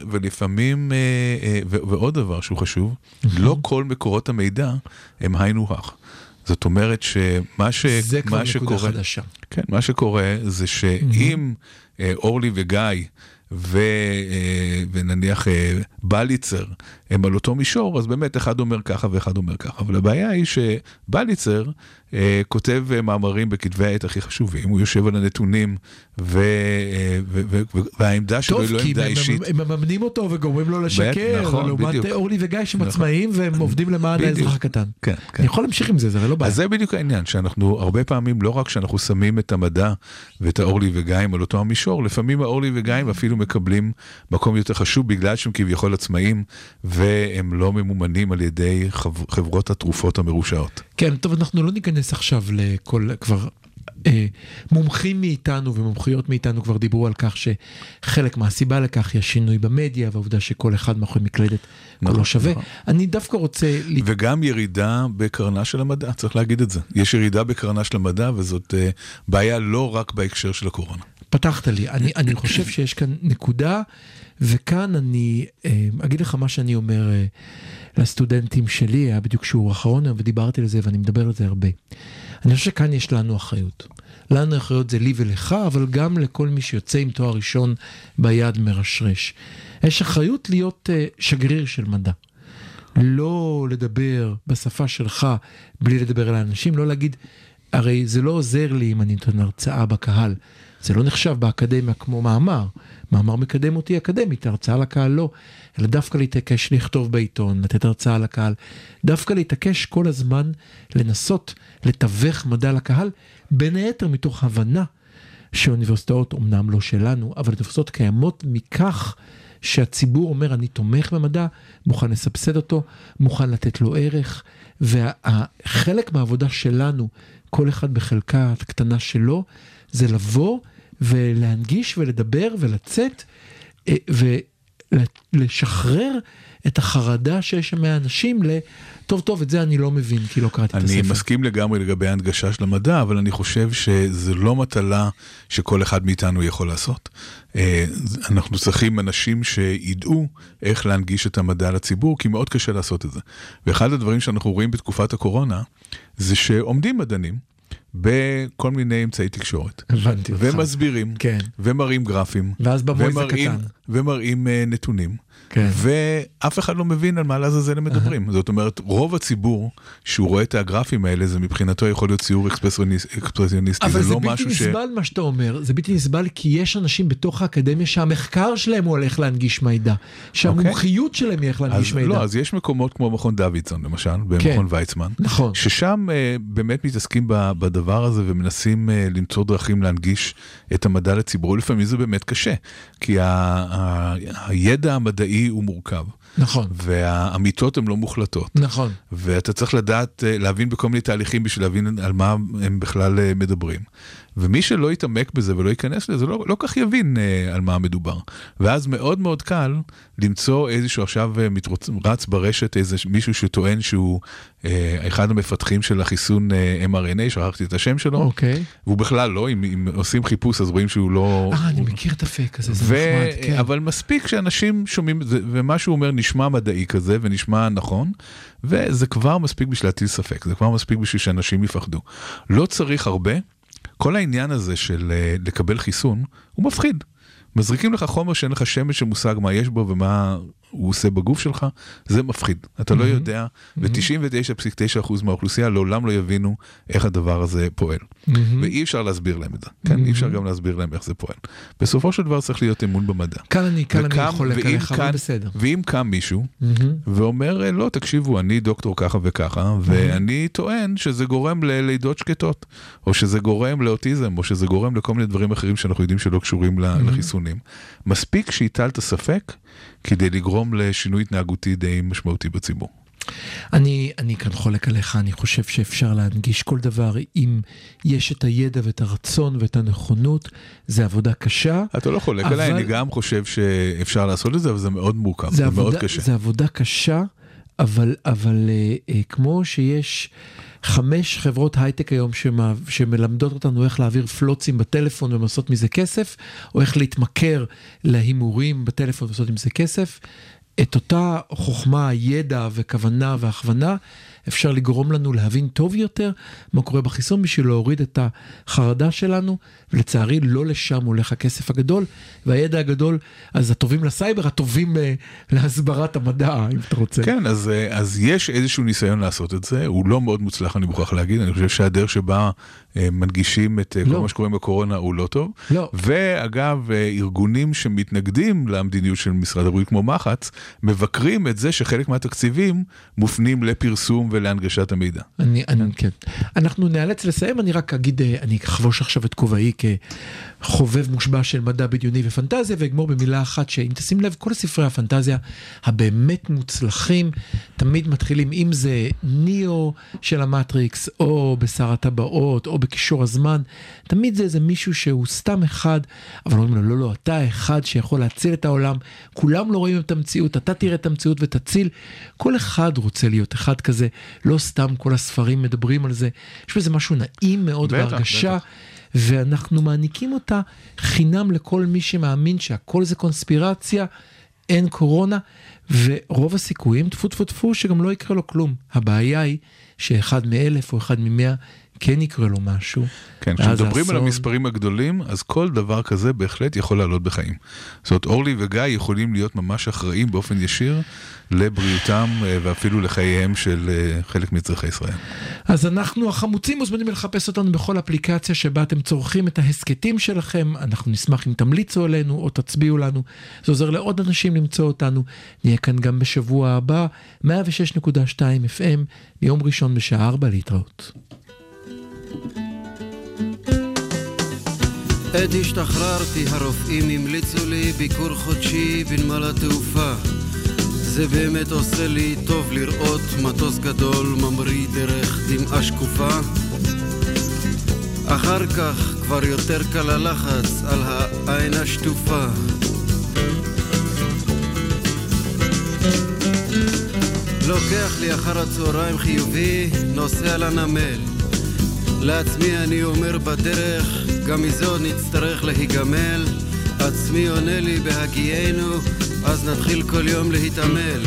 ועוד דבר שהוא חשוב, לא כל מקורות המידע הם היינו הך. זאת אומרת שמה שקורה, כן, מה שקורה זה שאם אורלי וגיא ונניח בליצר הם על אותו מישור, אז באמת אחד אומר ככה ואחד אומר ככה. אבל הבעיה היא שבליצר כותב מאמרים בכתבי העת הכי חשובים, הוא יושב על הנתונים, והעמדה שלו היא לא עמדה אישית. הם מממנים אותו וגורמים לו לשקר, לעומת אורלי וגיא שמצמאים והם עובדים למען האזרח הקטן. אני יכול להמשיך עם זה, זה לא בעיה. אז זה בדיוק העניין, שאנחנו הרבה פעמים, לא רק שאנחנו שמים את המדע ואת האורלי וגיא על אותו המישור, לפעמים האורלי וגיא אפילו מקבלים מקום יותר חשוב, בגלל שהם כביכול עצמאים, והם לא ממומנים על ידי חברות התרופות המרושעות. כן, טוב, אנחנו לא ניכנס עכשיו לכל, כבר מומחים מאיתנו ומומחיות מאיתנו כבר דיברו על כך שחלק מהסיבה לכך היא השינוי במדיה, והעובדה שכל אחד מאחורי מקלדת לא שווה. אני דווקא רוצה... וגם ירידה בקרנה של המדע, צריך להגיד את זה. יש ירידה בקרנה של המדע, וזאת בעיה לא רק בהקשר של הקורונה. פתחת לי, אני חושב שיש כאן נקודה, וכאן אני אגיד לך מה שאני אומר לסטודנטים שלי, היה בדיוק שיעור אחרון, ודיברתי על זה ואני מדבר על זה הרבה. אני חושב שכאן יש לנו אחריות. לנו אחריות זה לי ולך, אבל גם לכל מי שיוצא עם תואר ראשון ביד מרשרש. יש אחריות להיות שגריר של מדע. לא לדבר בשפה שלך בלי לדבר על האנשים, לא להגיד, הרי זה לא עוזר לי אם אני נותן הרצאה בקהל. זה לא נחשב באקדמיה כמו מאמר. מאמר מקדם אותי אקדמית, הרצאה לקהל לא. אלא דווקא להתעקש לכתוב בעיתון, לתת הרצאה לקהל. דווקא להתעקש כל הזמן לנסות לתווך מדע לקהל, בין היתר מתוך הבנה שאוניברסיטאות אומנם לא שלנו, אבל אוניברסיטאות קיימות מכך שהציבור אומר אני תומך במדע, מוכן לסבסד אותו, מוכן לתת לו ערך, והחלק מהעבודה שלנו, כל אחד בחלקה הקטנה שלו, זה לבוא ולהנגיש ולדבר ולצאת ולשחרר את החרדה שיש מהאנשים טוב, את זה אני לא מבין, כי לא קראתי את הספר. אני מסכים לגמרי לגבי ההנגשה של המדע, אבל אני חושב שזה לא מטלה שכל אחד מאיתנו יכול לעשות. אנחנו צריכים אנשים שידעו איך להנגיש את המדע לציבור, כי מאוד קשה לעשות את זה. ואחד הדברים שאנחנו רואים בתקופת הקורונה, זה שעומדים מדענים, בכל מיני אמצעי תקשורת. הבנתי אותך. ומסבירים, כן. ומראים גרפים. ואז במועד זה קטן. ומראים נתונים, כן. ואף אחד לא מבין על מה לעזאזל הם מדברים. זאת אומרת, רוב הציבור שהוא רואה את הגרפים האלה, זה מבחינתו יכול להיות ציור אקספרסיוניסטי. אבל זה בלתי נסבל מה שאתה אומר, זה בלתי נסבל כי יש אנשים בתוך האקדמיה שהמחקר שלהם הוא הולך להנגיש מידע, שהמומחיות שלהם היא איך להנגיש מידע. לא, אז יש מקומות כמו מכון דוידסון למשל, במכון ויצמן, ששם באמת מתעסקים בדבר הזה ומנסים למצוא דרכים להנגיש את המדע לציבור. לפעמים זה באמת קשה, כי הידע המדעי הוא מורכב. נכון. והאמיתות הן לא מוחלטות. נכון. ואתה צריך לדעת, להבין בכל מיני תהליכים בשביל להבין על מה הם בכלל מדברים. ומי שלא יתעמק בזה ולא ייכנס לזה, לא כך יבין על מה מדובר. ואז מאוד מאוד קל למצוא איזשהו עכשיו רץ ברשת איזה מישהו שטוען שהוא אחד המפתחים של החיסון mRNA, שכחתי את השם שלו. אוקיי. והוא בכלל לא, אם עושים חיפוש אז רואים שהוא לא... אני מכיר את הפייק הזה, זה נחמד, כן. אבל מספיק שאנשים שומעים, ומה שהוא אומר נשמע מדעי כזה ונשמע נכון, וזה כבר מספיק בשביל להטיל ספק, זה כבר מספיק בשביל שאנשים יפחדו. לא צריך הרבה, כל העניין הזה של לקבל חיסון, הוא מפחיד. מזריקים לך חומר שאין לך שמץ שמושג מה יש בו ומה הוא עושה בגוף שלך, זה מפחיד. אתה לא יודע, ו-99.9% מהאוכלוסייה לעולם לא יבינו איך הדבר הזה פועל. ואי אפשר להסביר להם את זה. כן, אי אפשר גם להסביר להם איך זה פועל. בסופו של דבר צריך להיות אמון במדע. כאן אני חולק עליך, אבל בסדר. ואם קם מישהו, ואומר, לא, תקשיבו, אני דוקטור ככה וככה, ואני טוען שזה גורם ללידות שקטות, או שזה גורם לאוטיזם, או שזה גורם לכל מיני דברים אחרים שאנחנו יודעים שלא קשורים לחיסונים. מספיק שיטלת ספק, כדי לגרום לשינוי התנהגותי די משמעותי בציבור. אני כאן חולק עליך, אני חושב שאפשר להנגיש כל דבר אם יש את הידע ואת הרצון ואת הנכונות, זה עבודה קשה. אתה לא חולק עליי, אני גם חושב שאפשר לעשות את זה, אבל זה מאוד מורכב, זה מאוד קשה. זה עבודה קשה, אבל כמו שיש 5 חברות הייטק היום שמלמדות אותנו איך להעביר פלוצים בטלפון ומעשות מזה כסף, או איך להתמכר להימורים בטלפון ומעשות מזה כסף, את אותה חוכמה, ידע וכוונה והכוונה, אפשר לגרום לנו להבין טוב יותר מה קורה בחיסון בשביל להוריד את החרדה שלנו, ולצערי לא לשם הולך הכסף הגדול, והידע הגדול, אז הטובים לסייבר, הטובים להסברת המדע, אם אתה רוצה. כן, אז יש איזשהו ניסיון לעשות את זה, הוא לא מאוד מוצלח, אני מוכרח להגיד, אני חושב שהדרך שבה מנגישים את כל מה שקורה בקורונה הוא לא טוב. לא. ואגב, ארגונים שמתנגדים למדיניות של משרד הבריאות כמו מחץ, מבקרים את זה שחלק מהתקציבים מופנים לפרסום ולהנגשת המידע. כן. אנחנו נאלץ לסיים, אני רק אגיד, אני אחבוש עכשיו את כובעי כחובב מושבע של מדע בדיוני ופנטזיה, ואגמור במילה אחת שאם תשים לב, כל ספרי הפנטזיה הבאמת מוצלחים, תמיד מתחילים, אם זה ניאו של המטריקס, או בשר הטבעות, או בקישור הזמן, תמיד זה איזה מישהו שהוא סתם אחד, אבל אומרים לו, לא, אתה אחד שיכול להציל את העולם, כולם לא רואים את המציאות, אתה תראה את המציאות ותציל, כל אחד רוצה להיות אחד כזה, לא סתם כל הספרים מדברים על זה, יש בזה משהו נעים מאוד בהרגשה, ואנחנו מעניקים אותה חינם לכל מי שמאמין שהכל זה קונספירציה, אין קורונה, ורוב הסיכויים, תפו תפו תפו, שגם לא יקרה לו כלום. הבעיה היא שאחד מ-1000 או אחד מ-100 כן יקרה לו משהו. כן, כשמדברים על המספרים הגדולים, אז כל דבר כזה בהחלט יכול לעלות בחיים. זאת אומרת, אורלי וגיא יכולים להיות ממש אחראים באופן ישיר לבריאותם ואפילו לחייהם של חלק מאזרחי ישראל. אז אנחנו החמוצים מוזמנים לחפש אותנו בכל אפליקציה שבה אתם צורכים את ההסקטים שלכם, אנחנו נשמח אם תמליצו עלינו או תצביעו לנו, זה עוזר לעוד אנשים למצוא אותנו, נהיה כאן גם בשבוע הבא, 106.2 FM, ביום ראשון בשעה 4 להתראות. עת השתחררתי הרופאים המליצו לי ביקור חודשי בנמל התעופה, זה באמת עושה לי טוב לראות מטוס גדול ממריא דרך דמעה שקופה, אחר כך כבר יותר קל הלחץ על העין השטופה, לוקח לי אחר הצהריים חיובי, נוסע לנמל, לעצמי אני אומר בדרך, גם מזה עוד נצטרך להיגמל, עצמי עונה לי בהגיינו, אז נתחיל כל יום להתעמל.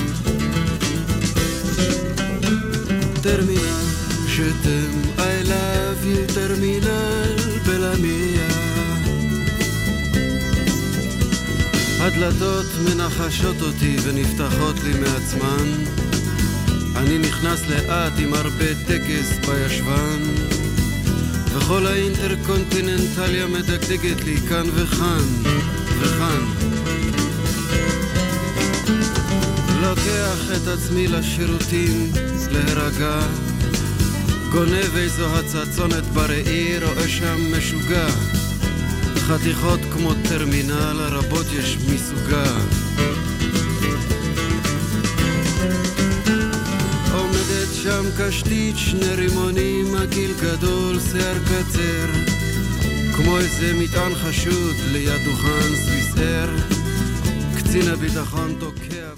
טרמינל שתם, I love you, טרמינל בלמיה, עד הדלתות מנחשות אותי ונפתחות לי מעצמן. אני נכנס לאט עם הרבה טקס בישבן, וכל האינטרקונטיננטליה מדגדגת לי כאן וכאן וכאן. לוקח את עצמי לשירותים להירגע, גונב איזו הצצונת בראי, רואה שם משוגע, חתיכות כמו טרמינל, הרבות יש מסוגה. עומדת שם קשתית, שני רימונים, עגיל גדול, שיער קצר, כמו איזה מטען חשוד ליד דוכן סוויסר. קצין הביטחון תוקע